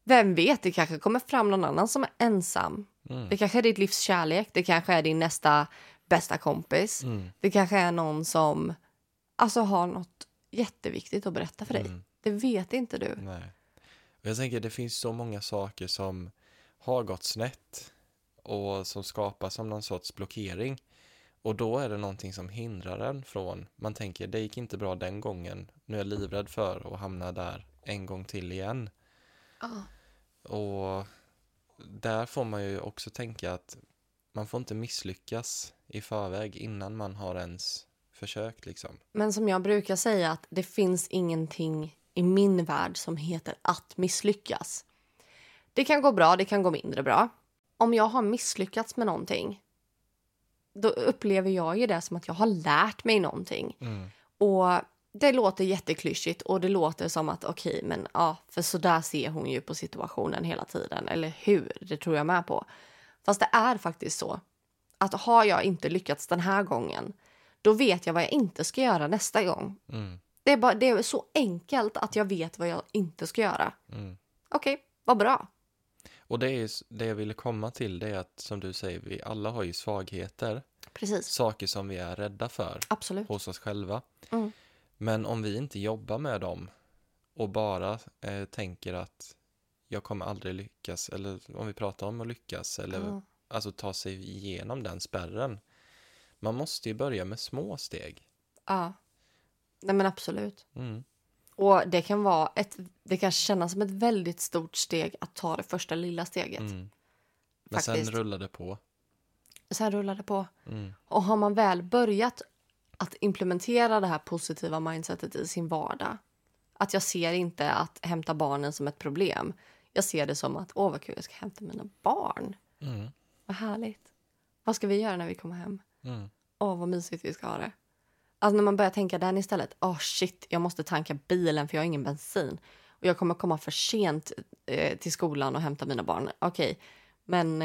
Vem vet, det kanske kommer fram någon annan som är ensam. Det kanske är ditt livs kärlek. Det kanske är din nästa bästa kompis. Det kanske är någon som alltså har något jätteviktigt att berätta för dig. Det vet inte du. Nej. Och jag tänker, det finns så många saker som har gått snett och som skapas som någon sorts blockering. Och då är det någonting som hindrar en från, man tänker, det gick inte bra den gången. Nu är jag livrädd för att hamna där en gång till igen. Och där får man ju också tänka att man får inte misslyckas i förväg innan man har ens försökt liksom. Men som jag brukar säga, att det finns ingenting i min värld som heter att misslyckas. Det kan gå bra, det kan gå mindre bra. Om jag har misslyckats med någonting, då upplever jag ju det som att jag har lärt mig någonting. Och det låter jätteklyschigt och det låter som att okej, men ja, för så där ser hon ju på situationen hela tiden. Eller hur? Det tror jag med på. Fast det är faktiskt så att har jag inte lyckats den här gången, då vet jag vad jag inte ska göra nästa gång. Det är så enkelt att jag vet vad jag inte ska göra. Okej, vad bra. Och det jag ville komma till, det är att som du säger, vi alla har ju svagheter. Precis. Saker som vi är rädda för. Absolut. Hos oss själva. Men om vi inte jobbar med dem och bara tänker att jag kommer aldrig lyckas, eller om vi pratar om att lyckas, eller alltså ta sig igenom den spärren. Man måste ju börja med små steg. Ja, nej men absolut. Och det kan kännas som ett väldigt stort steg att ta det första lilla steget. Men sen rullar det på. Och har man väl börjat att implementera det här positiva mindsetet i sin vardag. Att jag ser inte att hämta barnen som ett problem. Jag ser det som att, vad kul, jag ska hämta mina barn. Vad härligt. Vad ska vi göra när vi kommer hem? Vad mysigt vi ska ha det. Alltså när man börjar tänka den istället. Shit, jag måste tanka bilen för jag har ingen bensin. Och jag kommer komma för sent till skolan och hämta mina barn. Okej, men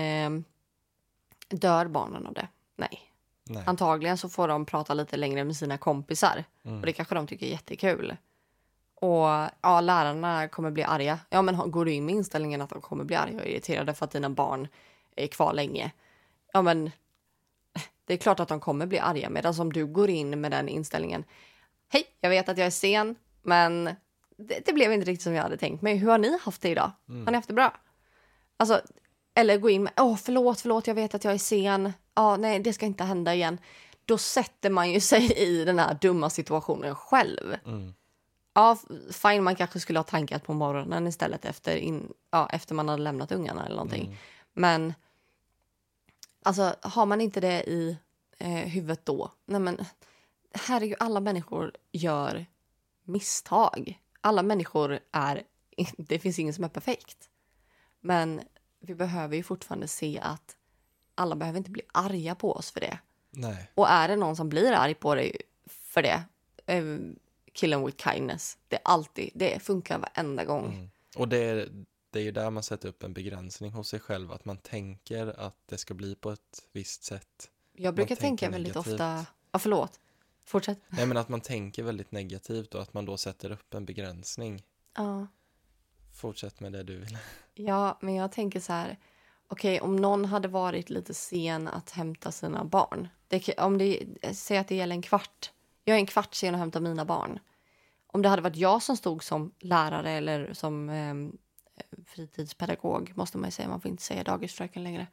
dör barnen av det? Nej. Antagligen så får de prata lite längre med sina kompisar. Och det kanske de tycker är jättekul. Och ja, lärarna kommer bli arga. Ja, men går du in med inställningen att de kommer bli arga och irriterade för att dina barn är kvar länge? Ja, men det är klart att de kommer bli arga. Medan om du går in med den inställningen. Hej, jag vet att jag är sen. Men det blev inte riktigt som jag hade tänkt mig. Hur har ni haft det idag? Har ni haft det bra? Alltså, eller gå in med, förlåt, jag vet att jag är sen. Nej, det ska inte hända igen. Då sätter man ju sig i den här dumma situationen själv. Ja, fine, man kanske skulle ha tankat på morgonen istället efter man hade lämnat ungarna eller någonting. Men alltså, har man inte det i huvudet då? Nej men, herregud, alla människor gör misstag. Alla människor det finns ingen som är perfekt. Men vi behöver ju fortfarande se att alla behöver inte bli arga på oss för det. Nej. Och är det någon som blir arg på dig för det, kill them with kindness. Det funkar varenda gång. Och det är ju där man sätter upp en begränsning hos sig själv. Att man tänker att det ska bli på ett visst sätt. Jag brukar tänka väldigt ofta. Förlåt. Fortsätt. Nej, men att man tänker väldigt negativt och att man då sätter upp en begränsning. Ja. Fortsätt med det du vill. Ja, men jag tänker så här. Okej, om någon hade varit lite sen att hämta sina barn. Säg att det gäller en kvart. Jag är en kvart sen att hämta mina barn. Om det hade varit jag som stod som lärare eller som fritidspedagog, måste man ju säga. Man får inte säga dagisfröken längre.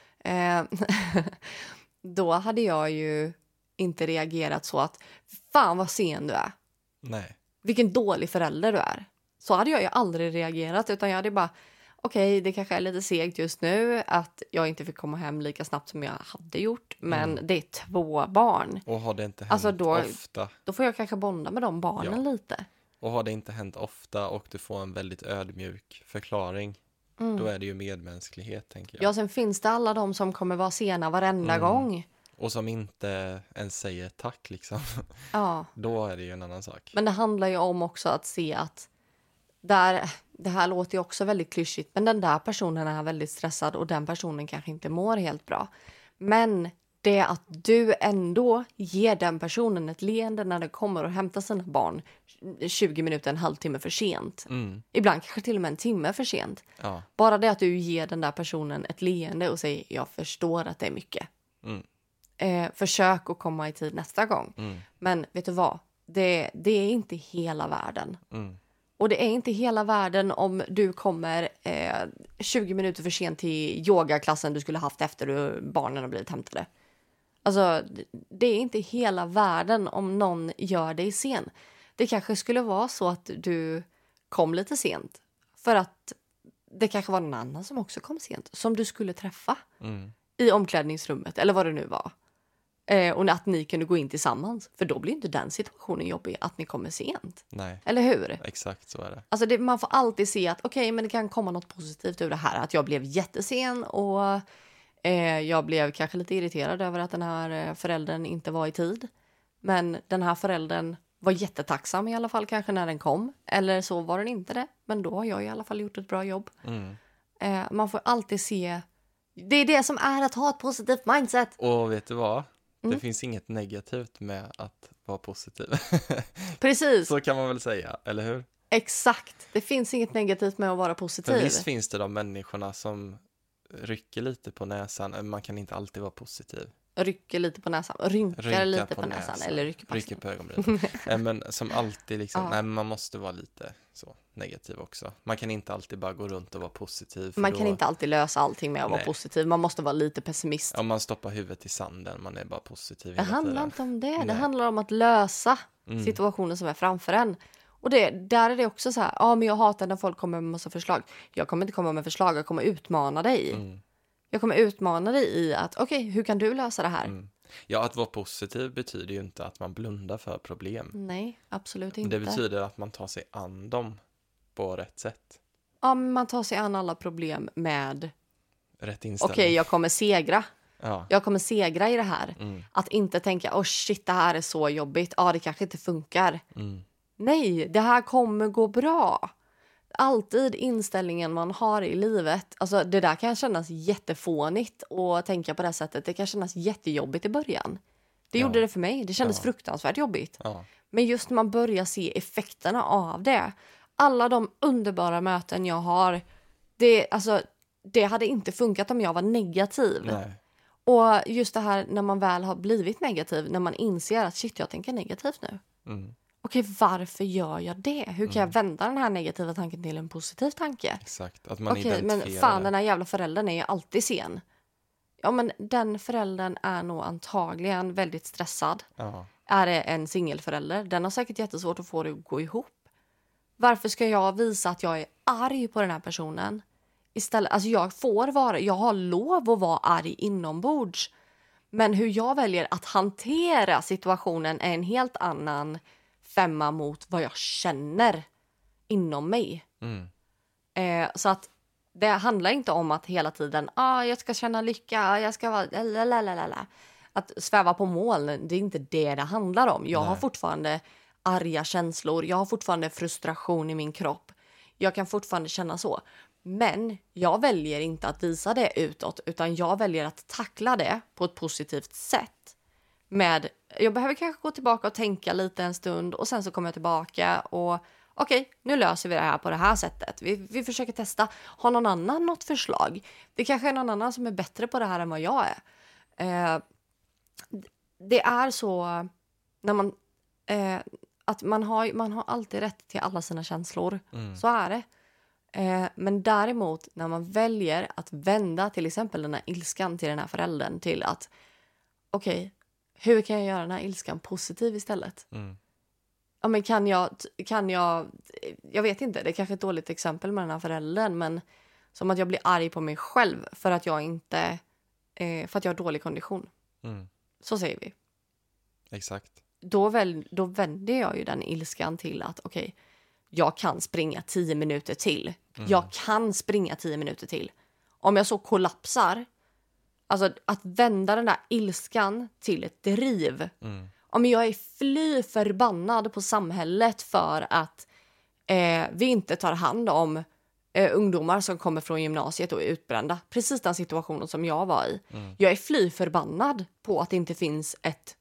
Då hade jag ju inte reagerat så att fan vad sen du är. Nej. Vilken dålig förälder du är. Så hade jag ju aldrig reagerat, utan jag hade bara okej, det kanske är lite segt just nu att jag inte fick komma hem lika snabbt som jag hade gjort. Men det är 2 barn. Och har det inte hänt ofta? Då får jag kanske bonda med de barnen lite. Och har det inte hänt ofta och du får en väldigt ödmjuk förklaring, då är det ju medmänsklighet, tänker jag. Ja, sen finns det alla de som kommer vara sena varenda gång. Och som inte ens säger tack, liksom. Ja. Då är det ju en annan sak. Men det handlar ju om också att se att det här låter ju också väldigt klyschigt, men den där personen är väldigt stressad och den personen kanske inte mår helt bra. Men det är att du ändå ger den personen ett leende när den kommer och hämtar sina barn 20 minuter, en halvtimme för sent. Ibland kanske till och med en timme för sent. Ja. Bara det att du ger den där personen ett leende och säger jag förstår att det är mycket. Försök att komma i tid nästa gång. Men vet du vad? Det är inte hela världen. Och det är inte hela världen om du kommer 20 minuter för sent till yogaklassen du skulle haft efter barnen har blivit hämtade. Alltså, det är inte hela världen om någon gör dig sen. Det kanske skulle vara så att du kom lite sent. För att det kanske var någon annan som också kom sent. Som du skulle träffa i omklädningsrummet eller vad det nu var. Och att ni kunde gå in tillsammans. För då blir inte den situationen jobbig att ni kommer sent. Nej. Eller hur? Exakt så är det. Alltså man får alltid se att okej, men det kan komma något positivt ur det här. Att jag blev jättesen och jag blev kanske lite irriterad över att den här föräldern inte var i tid. Men den här föräldern var jättetacksam i alla fall kanske när den kom. Eller så var den inte det. Men då har jag i alla fall gjort ett bra jobb. Man får alltid se. Det är det som är att ha ett positivt mindset. Och vet du vad? Det finns inget negativt med att vara positiv. Precis. Så kan man väl säga, eller hur? Exakt. Det finns inget negativt med att vara positiv. För visst finns det de människorna som rycker lite på näsan. Man kan inte alltid vara positiv. Rycker lite på näsan. Rynkar lite på näsan. Eller rycker på ögonbrynen. Men som alltid liksom, nej, man måste vara lite så negativ också. Man kan inte alltid bara gå runt och vara positiv. Man kan inte alltid lösa allting med att vara positiv. Man måste vara lite pessimist. Om man stoppar huvudet i sanden, man är bara positiv hela tiden. Det handlar inte om det. Nej. Det handlar om att lösa situationen som är framför en. Och där är det också så här, men jag hatar när folk kommer med massa förslag. Jag kommer inte komma med förslag, jag kommer utmana dig. Jag kommer utmana dig i att, okej, hur kan du lösa det här? Ja, att vara positiv betyder ju inte att man blundar för problem. Nej, absolut inte. Det betyder att man tar sig an dem på rätt sätt. Ja, men man tar sig an alla problem med rätt inställning. Okej, jag kommer segra. Ja. Jag kommer segra i det här. Att inte tänka, shit, det här är så jobbigt. Det kanske inte funkar. Nej, det här kommer gå bra. Alltid inställningen man har i livet. Alltså det där kan kännas jättefånigt att tänka på det sättet. Det kan kännas jättejobbigt i början. Det gjorde det för mig. Det kändes fruktansvärt jobbigt. Ja. Men just när man börjar se effekterna av det. Alla de underbara möten jag har. Det hade inte funkat om jag var negativ. Nej. Och just det här när man väl har blivit negativ. När man inser att shit, jag tänker negativt nu. Okej, varför gör jag det? Hur kan jag vända den här negativa tanken till en positiv tanke? Exakt, att man identifierar men fan, den här jävla föräldern är ju alltid sen. Ja, men den föräldern är nog antagligen väldigt stressad. Ja. Är det en singelförälder? Den har säkert jättesvårt att få det att gå ihop. Varför ska jag visa att jag är arg på den här personen? Istället, alltså jag har lov att vara arg inombords. Men hur jag väljer att hantera situationen är en helt annan femma mot vad jag känner inom mig. Så att det handlar inte om att hela tiden jag ska känna lycka, jag ska vara att sväva på moln. Det är inte det handlar om. Jag har fortfarande arga känslor, jag har fortfarande frustration i min kropp. Jag kan fortfarande känna så. Men jag väljer inte att visa det utåt, utan jag väljer att tackla det på ett positivt sätt. Jag behöver kanske gå tillbaka och tänka lite en stund och sen så kommer jag tillbaka och okej, nu löser vi det här på det här sättet. Vi försöker testa. Har någon annan något förslag? Det kanske är någon annan som är bättre på det här än vad jag är. Det är så när man att man har alltid rätt till alla sina känslor. Så är det. Men däremot när man väljer att vända till exempel den här ilskan till den här föräldern till att okej, hur kan jag göra den här ilskan positiv istället? Ja, men kan jag vet inte, det är kanske ett dåligt exempel med den här föräldern, men som att jag blir arg på mig själv för att jag har dålig kondition. Så säger vi. Exakt. Då vänder jag ju den ilskan till att okej, jag kan springa 10 minuter till. Jag kan springa 10 minuter till. Om jag så kollapsar, alltså att vända den där ilskan till ett driv. Om jag är fly förbannad på samhället för att vi inte tar hand om ungdomar som kommer från gymnasiet och är utbrända. Precis den situationen som jag var i. Jag är fly förbannad på att det inte finns ett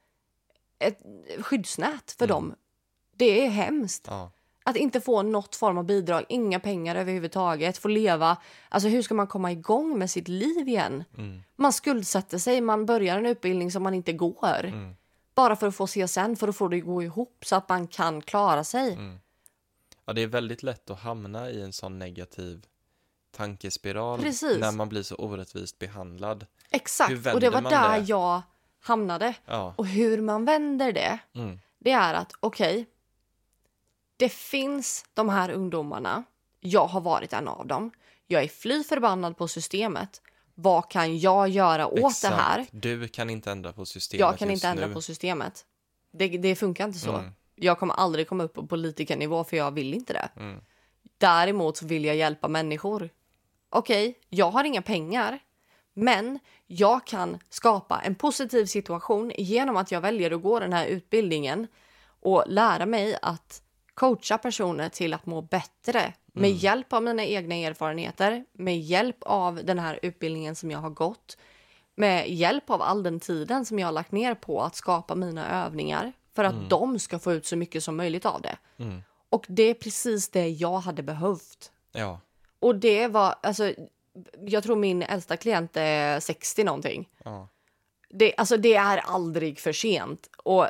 skyddsnät för dem. Det är hemskt. Ja. Att inte få något form av bidrag, inga pengar överhuvudtaget, få leva. Alltså hur ska man komma igång med sitt liv igen? Man skuldsätter sig, man börjar en utbildning som man inte går. Bara för att få CSN, för att få det att gå ihop så att man kan klara sig. Ja, det är väldigt lätt att hamna i en sån negativ tankespiral. Precis. När man blir så orättvist behandlad. Exakt, och det var där jag hamnade. Ja. Och hur man vänder det, det är att okej, det finns de här ungdomarna. Jag har varit en av dem. Jag är fly förbannad på systemet. Vad kan jag göra åt det här? Du kan inte ändra på systemet. Jag kan inte ändra på systemet. Det funkar inte så. Jag kommer aldrig komma upp på politikernivå för jag vill inte det. Däremot så vill jag hjälpa människor. Okej, jag har inga pengar. Men jag kan skapa en positiv situation genom att jag väljer att gå den här utbildningen och lära mig att coacha personer till att må bättre med hjälp av mina egna erfarenheter, med hjälp av den här utbildningen som jag har gått, med hjälp av all den tiden som jag har lagt ner på att skapa mina övningar för att de ska få ut så mycket som möjligt av det. Och det är precis det jag hade behövt. Ja. Och det var, alltså, jag tror min äldsta klient är 60 någonting. Ja. Det är aldrig för sent. Och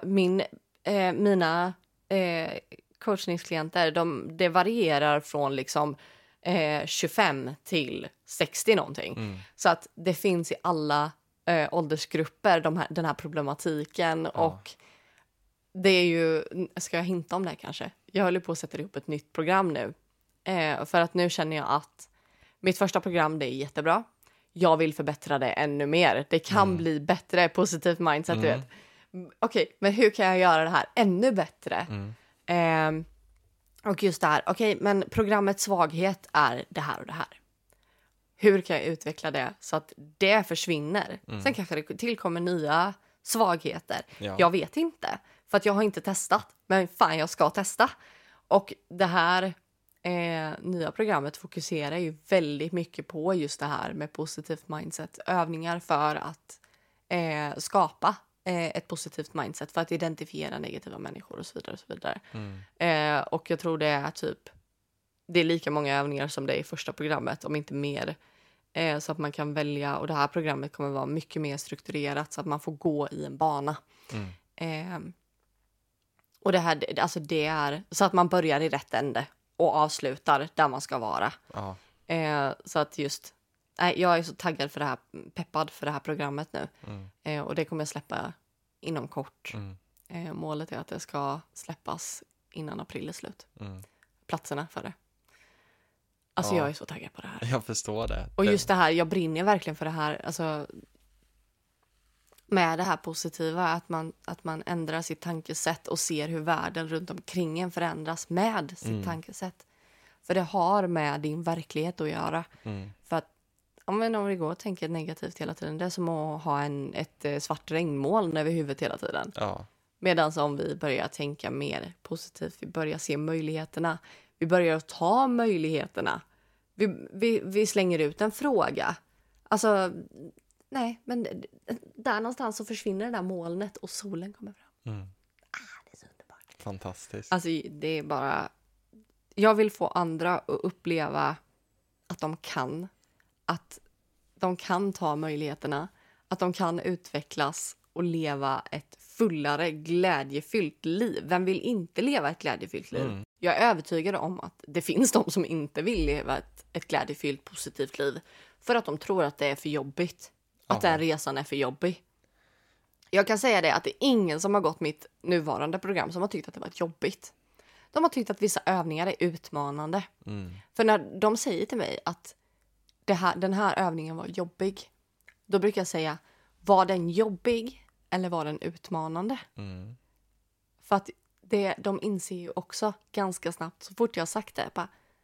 mina coachningsklienter, det varierar från liksom 25 till 60 någonting. Så att det finns i alla åldersgrupper den här problematiken. Och det är ju, ska jag hinta om det kanske? Jag håller på att sätta ihop ett nytt program nu. För att nu känner jag att mitt första program, det är jättebra. Jag vill förbättra det ännu mer. Det kan bli bättre, positivt mindset, du vet. Okej, men hur kan jag göra det här ännu bättre? Och just det här, okej, men programmets svaghet är det här och det här. Hur kan jag utveckla det så att det försvinner? Sen kanske det tillkommer nya svagheter. Ja. Jag vet inte, för att jag har inte testat. Men fan, jag ska testa. Och det här nya programmet fokuserar ju väldigt mycket på just det här med positivt mindset. Övningar för att skapa ett positivt mindset, för att identifiera negativa människor och så vidare. Och så vidare. Och jag tror det är lika många övningar som det är i första programmet, om inte mer. Så att man kan välja, och det här programmet kommer vara mycket mer strukturerat så att man får gå i en bana. Och det här, alltså det är så att man börjar i rätt ände och avslutar där man ska vara. Ja. Så att jag är så taggad för det här, peppad för det här programmet nu. Och det kommer jag släppa inom kort. Målet är att det ska släppas innan april är slut. Platserna för det. Alltså jag är så taggad på det här. Jag förstår det. Och just det här, jag brinner verkligen för det här. Alltså, med det här positiva, att man ändrar sitt tankesätt och ser hur världen runt omkring en förändras med sitt tankesätt. För det har med din verklighet att göra. För att om vi går och tänker negativt hela tiden, det är som att ha ett svart regnmoln över huvudet hela tiden. Ja. Medan om vi börjar tänka mer positivt, vi börjar se möjligheterna, vi börjar ta möjligheterna, vi slänger ut en fråga. Alltså, nej, men där någonstans så försvinner det där molnet och solen kommer fram. Det är så underbart. Fantastiskt. Alltså, det är bara, jag vill få andra att uppleva att de kan ta möjligheterna, att de kan utvecklas och leva ett fullare, glädjefyllt liv. Vem vill inte leva ett glädjefyllt liv? Jag är övertygad om att det finns de som inte vill leva ett glädjefyllt, positivt liv för att de tror att det är för jobbigt. Att den resan är för jobbig. Jag kan säga det att det är ingen som har gått mitt nuvarande program som har tyckt att det var jobbigt. De har tyckt att vissa övningar är utmanande. För när de säger till mig att den här övningen var jobbig, då brukar jag säga, var den jobbig eller var den utmanande? För att de inser ju också ganska snabbt, så fort jag har sagt det,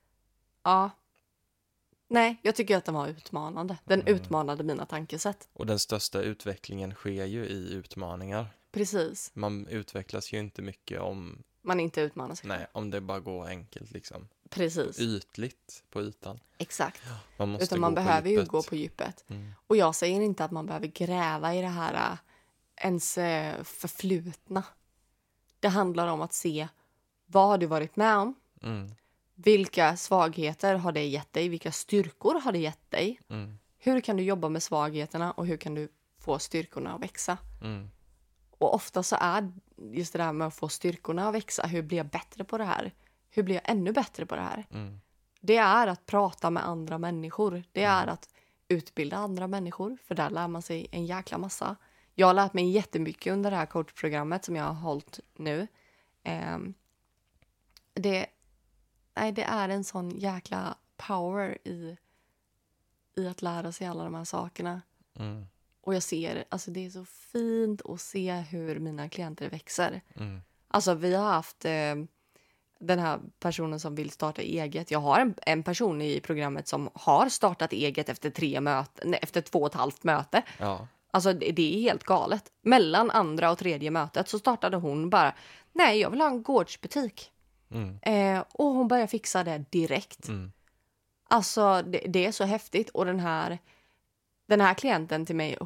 nej, jag tycker att den var utmanande. Den utmanade mina tankesätt. Och den största utvecklingen sker ju i utmaningar. Precis. Man utvecklas ju inte mycket om man inte utmanar sig. Nej, om det bara går enkelt liksom. Precis. Ytligt på ytan. Exakt. Man måste Utan man gå på behöver ju djupet. gå på djupet. Och jag säger inte att man behöver gräva i det här ens förflutna. Det handlar om att se vad har du varit med om? Vilka svagheter har det gett dig? Vilka styrkor har det gett dig? Hur kan du jobba med svagheterna och hur kan du få styrkorna att växa? Och ofta så är just det där med att få styrkorna att växa, hur blir jag bättre på det här? Hur blir jag ännu bättre på det här? Det är att prata med andra människor. Det är att utbilda andra människor, för där lär man sig en jäkla massa. Jag har lärt mig jättemycket under det här coachprogrammet som jag har hållit nu. Det är en sån jäkla power i att lära sig alla de här sakerna. Och jag ser, alltså det är så fint att se hur mina klienter växer. Alltså vi har haft den här personen som vill starta eget. Jag har en person i programmet som har startat eget efter 2,5 möte. Ja. Alltså det är helt galet. Mellan andra och tredje mötet så startade hon bara, nej jag vill ha en gårdsbutik. Och hon började fixa det direkt. Alltså det är så häftigt. Och den här klienten till mig,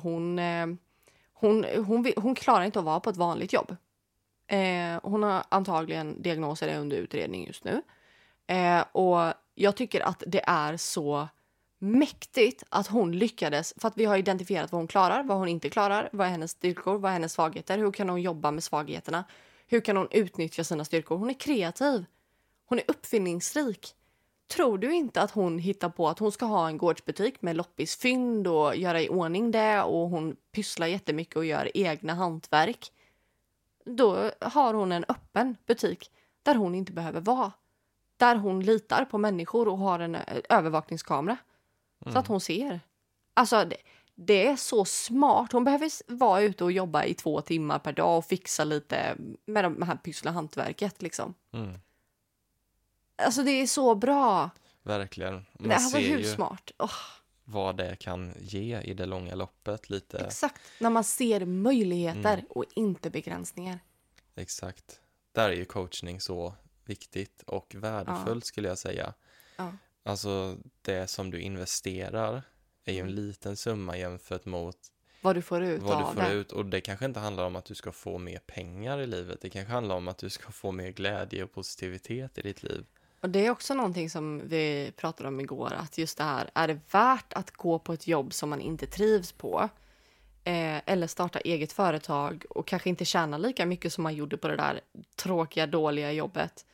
hon klarar inte att vara på ett vanligt jobb. Hon har antagligen diagnoser under utredning just nu. Och jag tycker att det är så mäktigt att hon lyckades. För att vi har identifierat vad hon klarar, vad hon inte klarar. Vad är hennes styrkor, vad är hennes svagheter. Hur kan hon jobba med svagheterna? Hur kan hon utnyttja sina styrkor? Hon är kreativ. Hon är uppfinningsrik. Tror du inte att hon hittar på att hon ska ha en gårdsbutik med loppisfynd och göra i ordning det, och hon pysslar jättemycket och gör egna hantverk? Då har hon en öppen butik där hon inte behöver vara. Där hon litar på människor och har en övervakningskamera. Så att hon ser. Alltså det är så smart. Hon behöver vara ute och jobba i 2 timmar per dag och fixa lite med de här pyssla hantverket liksom. Alltså det är så bra. Verkligen. Man Det här var ser hur ju smart. vad det kan ge i det långa loppet lite. Exakt. När man ser möjligheter och inte begränsningar. Exakt. Där är ju coachning så viktigt och värdefullt skulle jag säga. Ja. Alltså det som du investerar är ju en liten summa jämfört mot Vad du får ut vad av du får det. ut. Och det kanske inte handlar om att du ska få mer pengar i livet. Det kanske handlar om att du ska få mer glädje och positivitet i ditt liv. Och det är också någonting som vi pratade om igår. Att just det här, är det värt att gå på ett jobb som man inte trivs på? Eller starta eget företag och kanske inte tjäna lika mycket som man gjorde på det där tråkiga, dåliga jobbet.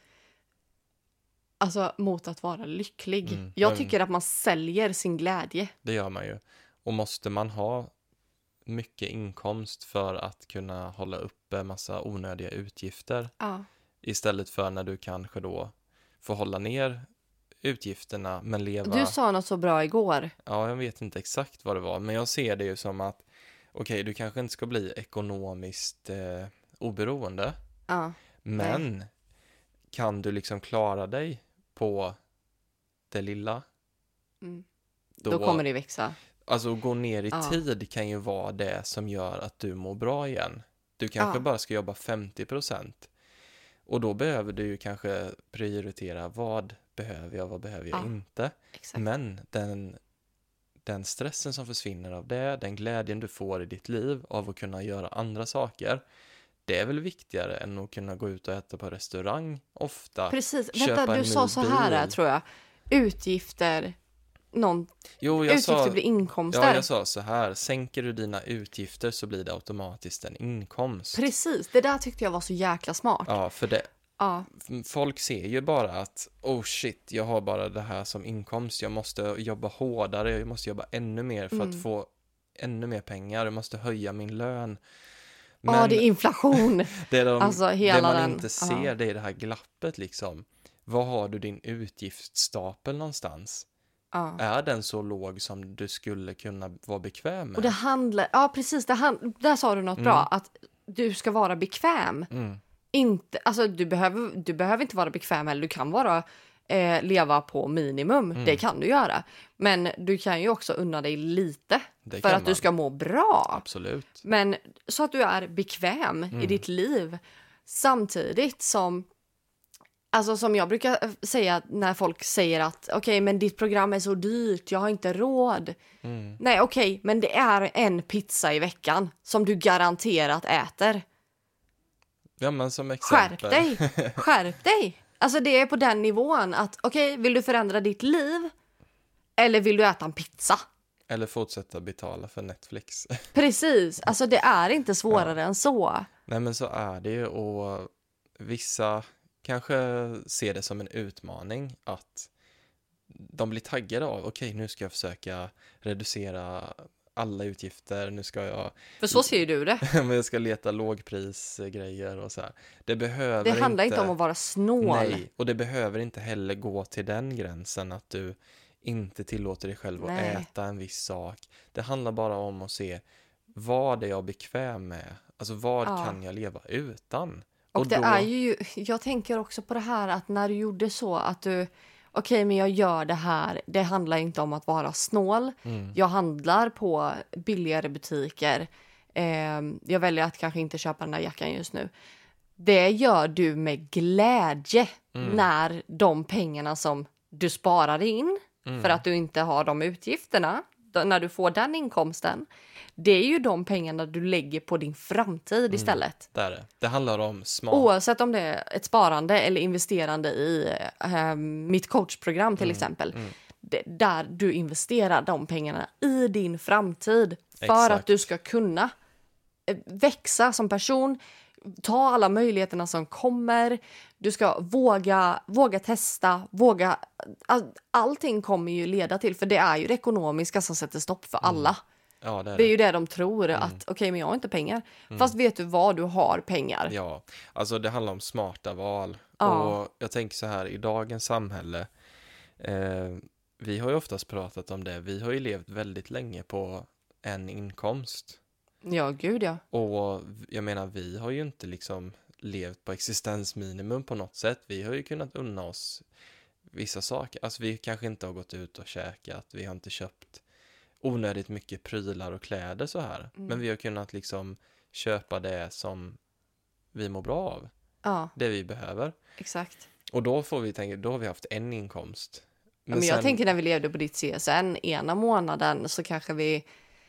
Alltså mot att vara lycklig. Jag tycker att man säljer sin glädje. Det gör man ju. Och måste man ha mycket inkomst för att kunna hålla uppe massa onödiga utgifter? Ja. Istället för när du kanske då får hålla ner utgifterna men leva... Du sa något så bra igår. Ja, jag vet inte exakt vad det var. Men jag ser det ju som att okej, du kanske inte ska bli ekonomiskt oberoende. Ja. Men kan du liksom klara dig på det lilla? Då kommer det växa. Alltså gå ner i tid kan ju vara det som gör att du mår bra igen. Du kanske bara ska jobba 50%. Och då behöver du ju kanske prioritera vad behöver jag inte. Exakt. Men den stressen som försvinner av det, den glädjen du får i ditt liv av att kunna göra andra saker, det är väl viktigare än att kunna gå ut och äta på restaurang ofta. Precis. Vänta, du sa så här tror jag. Utgifter blir inkomster. Ja, jag sa så här. Sänker du dina utgifter så blir det automatiskt en inkomst. Precis, det där tyckte jag var så jäkla smart. Ja, för det... Ja. Folk ser ju bara att jag har bara det här som inkomst. Jag måste jobba hårdare, jag måste jobba ännu mer för att få ännu mer pengar. Jag måste höja min lön. Men det är inflation. det man den, inte ser, det är det här glappet liksom. Var har du din utgiftsstapel någonstans? Är den så låg som du skulle kunna vara bekväm med? Och det handlar, precis, där sa du något bra, att du ska vara bekväm. Inte, alltså du behöver inte vara bekväm heller, du kan vara leva på minimum, det kan du göra. Men du kan ju också unna dig lite för att du ska må bra. Absolut. Men så att du är bekväm i ditt liv samtidigt som Alltså som jag brukar säga när folk säger att okej, men ditt program är så dyrt, jag har inte råd. Nej, okej, men det är en pizza i veckan som du garanterat äter. Ja, men som exempel. Skärp dig! Skärp dig! Alltså det är på den nivån att okej, vill du förändra ditt liv eller vill du äta en pizza? Eller fortsätta betala för Netflix. Precis, alltså det är inte svårare än så. Nej, men så är det ju, och vissa kanske ser det som en utmaning att de blir taggade av okej, nu ska jag försöka reducera alla utgifter, nu ska jag... För så ser ju du det. Men jag ska leta lågprisgrejer och så här. Det handlar inte om att vara snål. Nej, och det behöver inte heller gå till den gränsen att du inte tillåter dig själv att äta en viss sak. Det handlar bara om att se vad är jag bekväm med? Alltså vad kan jag leva utan? Och det är ju, jag tänker också på det här att när du gjorde så att du, okej, men jag gör det här, det handlar inte om att vara snål. Jag handlar på billigare butiker. Jag väljer att kanske inte köpa den där jackan just nu. Det gör du med glädje när de pengarna som du sparar in för att du inte har de utgifterna, när du får den inkomsten, det är ju de pengarna du lägger på din framtid istället. Det är det. Det handlar om smart. Oavsett om det är ett sparande eller investerande i mitt coachprogram till exempel. Där du investerar de pengarna i din framtid för Exakt. att du ska kunna växa som person, ta alla möjligheterna som kommer. Du ska våga testa, allting kommer ju leda till, för det är ju det ekonomiska som sätter stopp för alla. Ja, det är ju det de tror, att okej, men jag har inte pengar. Fast vet du vad, du har pengar. Ja, alltså det handlar om smarta val. Och jag tänker så här, i dagens samhälle, vi har ju oftast pratat om det. Vi har ju levt väldigt länge på en inkomst. Ja, gud ja. Och jag menar, vi har ju inte liksom levt på existensminimum på något sätt. Vi har ju kunnat unna oss vissa saker. Alltså vi kanske inte har gått ut och käkat. Vi har inte köpt onödigt mycket prylar och kläder så här. Men vi har kunnat liksom köpa det som vi mår bra av. Ja. Det vi behöver. Exakt. Och då får vi tänka, då har vi haft en inkomst. Men jag tänker när vi levde på ditt CSN ena månaden så kanske vi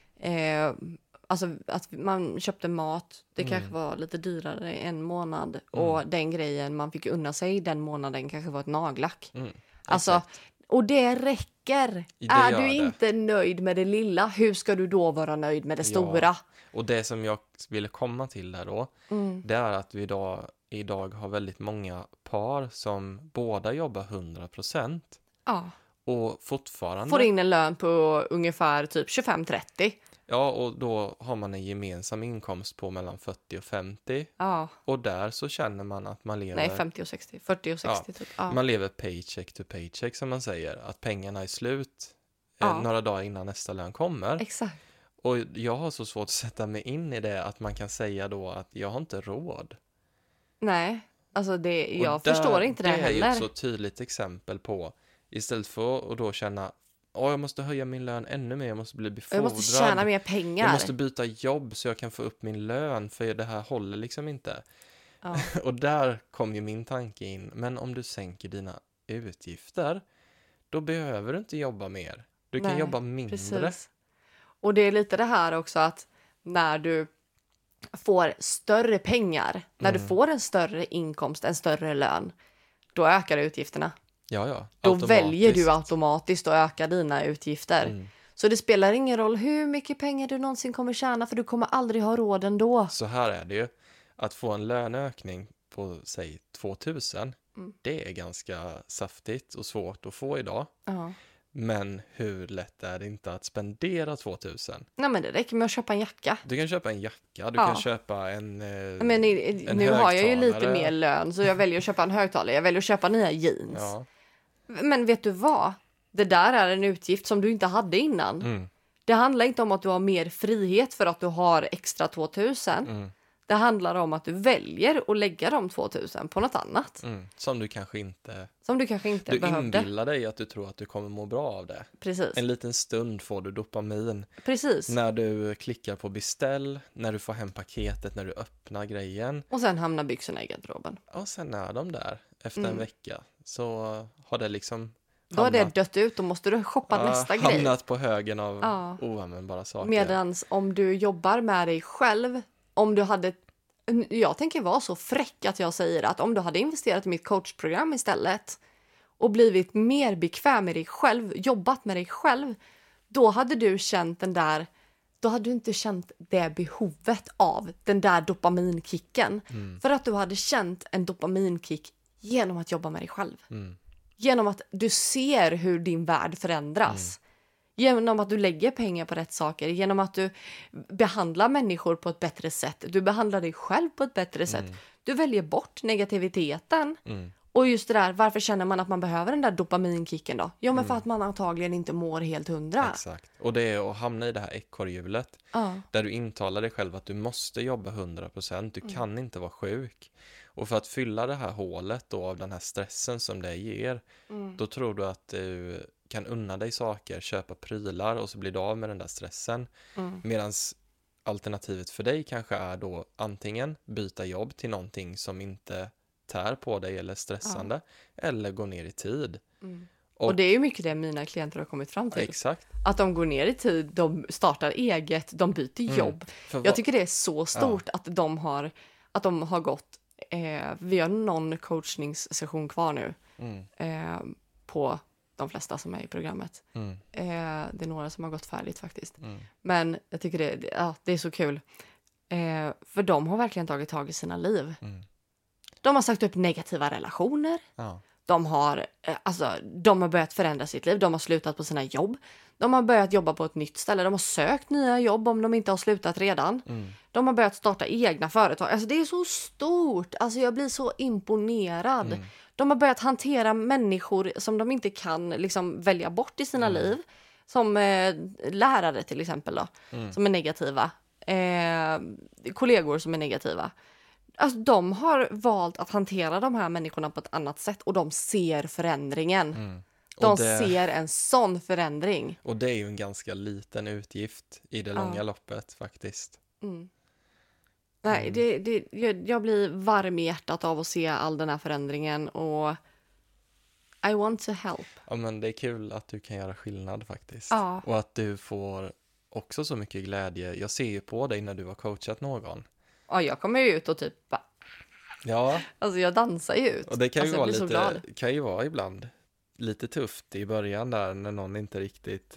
alltså att man köpte mat, det kanske var lite dyrare en månad och den grejen man fick unna sig den månaden kanske var ett nagellack. Alltså, och det räcker. Är du inte nöjd med det lilla, hur ska du då vara nöjd med det stora? Och det som jag ville komma till där då, det är att vi idag har väldigt många par som båda jobbar 100%. Ja. Och fortfarande... Får in en lön på ungefär typ 25-30. Ja, och då har man en gemensam inkomst på mellan 40 och 50. Ja. Och där så känner man att man lever... Nej, 50 och 60. 40 och 60 typ. Ja. Man lever paycheck to paycheck som man säger. Att pengarna är slut några dagar innan nästa lön kommer. Exakt. Och jag har så svårt att sätta mig in i det att man kan säga då att jag har inte råd. Nej, alltså jag förstår inte det heller. Det är ju ett så tydligt exempel på, istället för att då känna jag måste höja min lön ännu mer, jag måste bli befordrad. Jag måste tjäna mer pengar. Jag måste byta jobb så jag kan få upp min lön, för det här håller liksom inte. Ja. Och där kom ju min tanke in. Men om du sänker dina utgifter, då behöver du inte jobba mer. Du kan jobba mindre. Precis. Och det är lite det här också att när du får större pengar, när du får en större inkomst, en större lön, då ökar utgifterna. Ja. Då väljer du automatiskt att öka dina utgifter. Så det spelar ingen roll hur mycket pengar du någonsin kommer tjäna, för du kommer aldrig ha råd ändå. Så här är det ju. Att få en löneökning på, säg, 2000, det är ganska saftigt och svårt att få idag. Men hur lätt är det inte att spendera 2000? Nej, men det räcker med att köpa en jacka. Du kan köpa en jacka, du kan köpa en nu har jag ju lite mer lön, så jag väljer att köpa en högtalare. Jag väljer att köpa nya jeans. Ja. Men vet du vad? Det där är en utgift som du inte hade innan. Det handlar inte om att du har mer frihet för att du har extra 2000. Det handlar om att du väljer att lägga de 2000 på något annat. Som du kanske inte behövde. Du inbillar dig att du tror att du kommer må bra av det. Precis. En liten stund får du dopamin. Precis. När du klickar på beställ, när du får hem paketet, när du öppnar grejen. Och sen hamnar byxorna i garderoben. Och sen är de där. efter en vecka så har det liksom då har det dött ut, då måste du shoppa nästa grej. Hamnat på högen av oanvändbara saker. Medans om du jobbar med dig själv, om du hade, jag tänker vara så fräck att jag säger att om du hade investerat i mitt coachprogram istället och blivit mer bekväm med dig själv, jobbat med dig själv, då hade du känt då hade du inte känt det behovet av den där dopaminkicken. För att du hade känt en dopaminkick genom att jobba med dig själv. Genom att du ser hur din värld förändras. Genom att du lägger pengar på rätt saker. Genom att du behandlar människor på ett bättre sätt. Du behandlar dig själv på ett bättre sätt. Du väljer bort negativiteten. Och just det där, varför känner man att man behöver den där dopaminkicken då? Ja, men för att man antagligen inte mår helt 100. Exakt. Och det är att hamna i det här ekorrhjulet. Där du intalar dig själv att du måste jobba 100%. Du kan inte vara sjuk. Och för att fylla det här hålet då av den här stressen som det ger. Då tror du att du kan unna dig saker, köpa prylar och så blir du av med den där stressen. Medans alternativet för dig kanske är då antingen byta jobb till någonting som inte tär på dig eller stressande eller gå ner i tid. Och det är ju mycket det mina klienter har kommit fram till. Exakt. Att de går ner i tid, de startar eget, de byter jobb. Jag tycker det är så stort att de har gått, vi har någon coachningssession kvar nu på de flesta som är i programmet. Det är några som har gått färdigt faktiskt. Men jag tycker det är så kul. För de har verkligen tagit tag i sina liv. De har sagt upp negativa relationer. De har börjat förändra sitt liv. De har slutat på sina jobb. De har börjat jobba på ett nytt ställe. De har sökt nya jobb om de inte har slutat redan. De har börjat starta egna företag. Alltså det är så stort. Alltså jag blir så imponerad. De har börjat hantera människor som de inte kan liksom välja bort i sina liv. Som lärare till exempel då. Som är negativa. Kollegor som är negativa. Alltså de har valt att hantera de här människorna på ett annat sätt. Och de ser förändringen. De ser en sån förändring. Och det är ju en ganska liten utgift i det långa loppet faktiskt. Nej, jag blir varm i hjärtat av att se all den här förändringen. Och I want to help. Ja, men det är kul att du kan göra skillnad faktiskt. Ja. Och att du får också så mycket glädje. Jag ser ju på dig när du har coachat någon. Ja, jag kommer ju ut och typ alltså jag dansar ju ut. Och det kan ju alltså, vara kan ju vara ibland lite tufft i början där när någon inte riktigt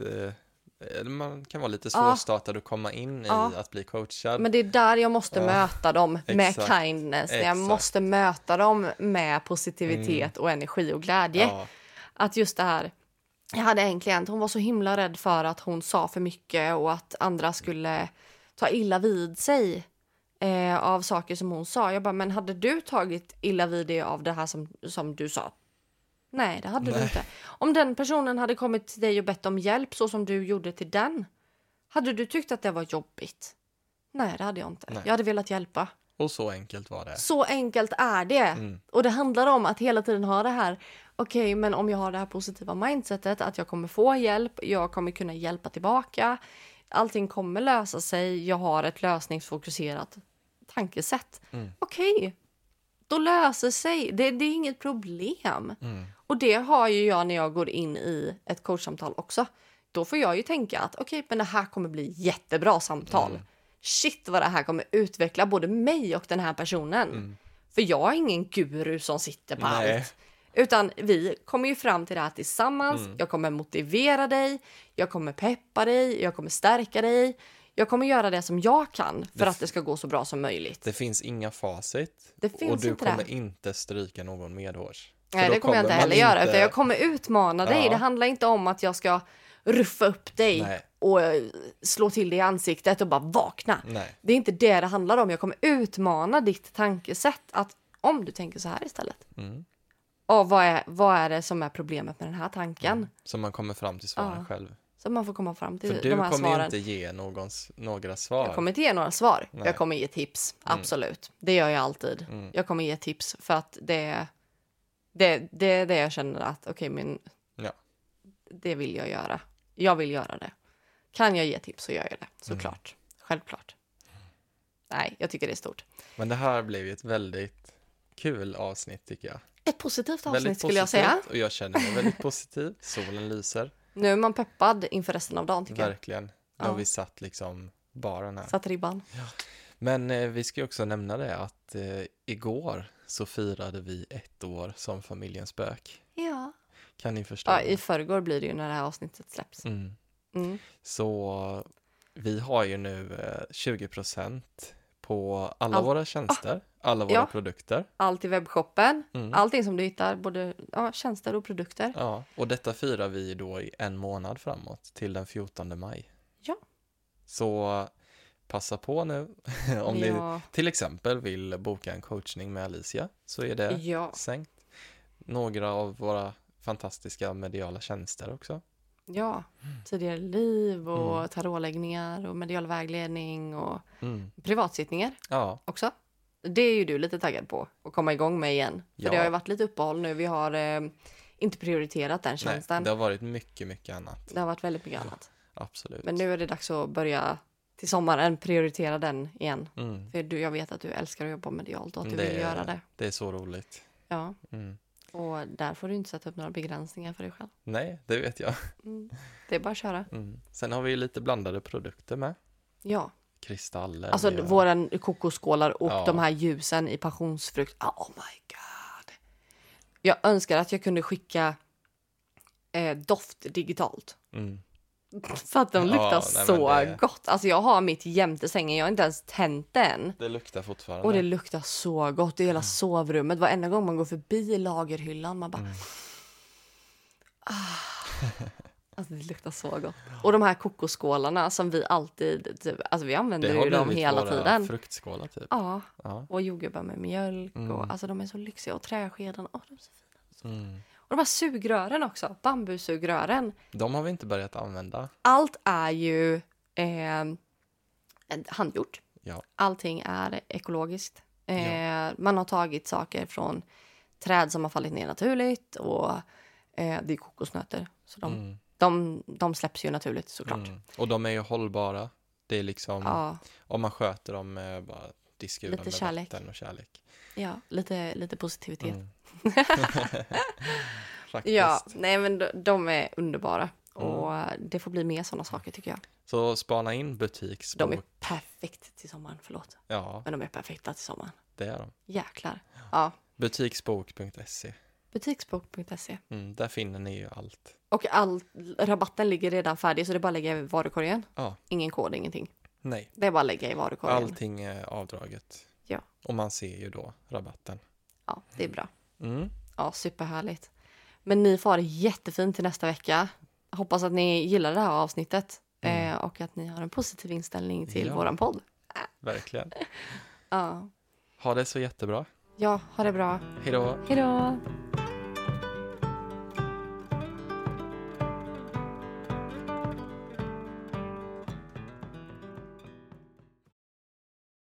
man kan vara lite svårstartad att komma in i att bli coachad. Men det är där jag måste möta dem med kindness. Jag måste möta dem med positivitet och energi och glädje. Att just det här, jag hade en klient, hon var så himla rädd för att hon sa för mycket och att andra skulle ta illa vid sig av saker som hon sa. Jag bara, men hade du tagit illa vid dig av det här som du sa? Nej, det hade du inte. Om den personen hade kommit till dig och bett om hjälp så som du gjorde till den, hade du tyckt att det var jobbigt? Nej, det hade jag inte. Jag hade velat hjälpa. Och så enkelt var det. Så enkelt är det. Och det handlar om att hela tiden ha det här, okej, men om jag har det här positiva mindsetet, att jag kommer få hjälp, jag kommer kunna hjälpa tillbaka, allting kommer lösa sig, jag har ett lösningsfokuserat tankesätt. Okej, då löser sig. Det är inget problem. Och det har ju jag när jag går in i ett coachsamtal också. Då får jag ju tänka att okej, men det här kommer bli jättebra samtal. Shit vad det här kommer utveckla både mig och den här personen. För jag är ingen guru som sitter på allt. Utan vi kommer ju fram till det här tillsammans. Jag kommer motivera dig. Jag kommer peppa dig. Jag kommer stärka dig. Jag kommer göra det som jag kan för att det ska gå så bra som möjligt. Det finns inga facit. Det finns och du inte kommer det. inte stryka någon medhårs. Nej, det kommer jag inte heller göra. Utan jag kommer utmana dig. Det handlar inte om att jag ska ruffa upp dig och slå till dig i ansiktet och bara vakna. Nej. Det är inte det handlar om. Jag kommer utmana ditt tankesätt. Att om du tänker så här istället. Och vad är det som är problemet med den här tanken? Så man kommer fram till svaren själv. Så man får komma fram till de här svaren. För du kommer inte ge några svar. Jag kommer inte ge några svar. Nej. Jag kommer ge tips. Absolut. Det gör jag alltid. Jag kommer ge tips för att det är det jag känner att det vill jag göra. Jag vill göra det. Kan jag ge tips så gör jag det. Såklart. Självklart. Nej, jag tycker det är stort. Men det här blev ju ett väldigt kul avsnitt tycker jag. Ett positivt avsnitt Väldigt skulle jag säga. positivt, och jag känner mig väldigt positiv. Solen lyser. Nu är man peppad inför resten av dagen tycker jag. Verkligen. Nu har vi satt liksom baren här. Satt ribban. Men vi ska ju också nämna det att igår så firade vi 1 år som familjen Spök. Ja. Kan ni förstå? Ja, i förrgår blir det ju när det här avsnittet släpps. Så vi har ju nu 20% på alla våra tjänster, alla våra produkter. Allt i webbshoppen, allting som du hittar, både tjänster och produkter. Ja, och detta firar vi då i 1 månad framåt till den 14 maj. Ja. Så passa på nu om ni till exempel vill boka en coachning med Alicia, så är det sänkt. Några av våra fantastiska mediala tjänster också. Ja, tidigare liv och tarotläggningar och medial vägledning och privatsittningar också. Det är ju du lite taggad på att komma igång med igen. För det har ju varit lite uppehåll nu. Vi har inte prioriterat den tjänsten. Nej, det har varit mycket annat. Det har varit väldigt mycket annat. Absolut. Men nu är det dags att börja till sommaren prioritera den igen. För jag vet att du älskar att jobba medialt och att du vill göra det. Det är så roligt. Ja. Och där får du inte sätta upp några begränsningar för dig själv. Nej, det vet jag. Det är bara att köra. Sen har vi ju lite blandade produkter med. Ja. Kristaller. Alltså våra kokosskålar och de här ljusen i passionsfrukt. Oh my god. Jag önskar att jag kunde skicka doft digitalt. För att de luktar så gott. Alltså jag har mitt jämte sängen. Jag har inte ens tänt den. Det luktar fortfarande. Och det luktar så gott i hela sovrummet. Varenda gång man går förbi lagerhyllan. Man bara... Alltså det luktar så gott. Och de här kokosskålarna som vi alltid... Alltså vi använder ju dem hela tiden. Det har blivit fruktskålar typ. Ja. Och jordgubbar med mjölk. Och, alltså de är så lyxiga. Och träskeden. De är så fina. Och de här sugrören också. Bambusugrören. De har vi inte börjat använda. Allt är ju handgjort. Ja. Allting är ekologiskt. Man har tagit saker från träd som har fallit ner naturligt. Och det är kokosnötter. Så de släpps ju naturligt såklart. Och de är ju hållbara. Det är liksom, om man sköter dem med bara diska ur dem med kärlek. vatten och kärlek. Ja, lite positivitet. Faktiskt. Ja, nej men de är underbara. Och det får bli mer sådana saker tycker jag. Så spana in butiksbok. De är perfekt till sommaren, förlåt. Ja. Men de är perfekta till sommaren. Det är de. Jäklar. Ja. Butiksbok.se. Butiksbok.se. Där finner ni ju allt. Och rabatten ligger redan färdig så det är bara att lägga i varukorgen. Ja. Ingen kod, ingenting. Nej. Det är bara att lägga i varukorgen. Allting är avdraget. Ja. Och man ser ju då rabatten. Ja, det är bra. Mm. Ja, superhärligt. Men ni får ha det jättefint till nästa vecka. Hoppas att ni gillar det här avsnittet. Och att ni har en positiv inställning till våran podd. Verkligen. Ja. Ha det så jättebra. Ja, ha det bra. Hej då. Hej då.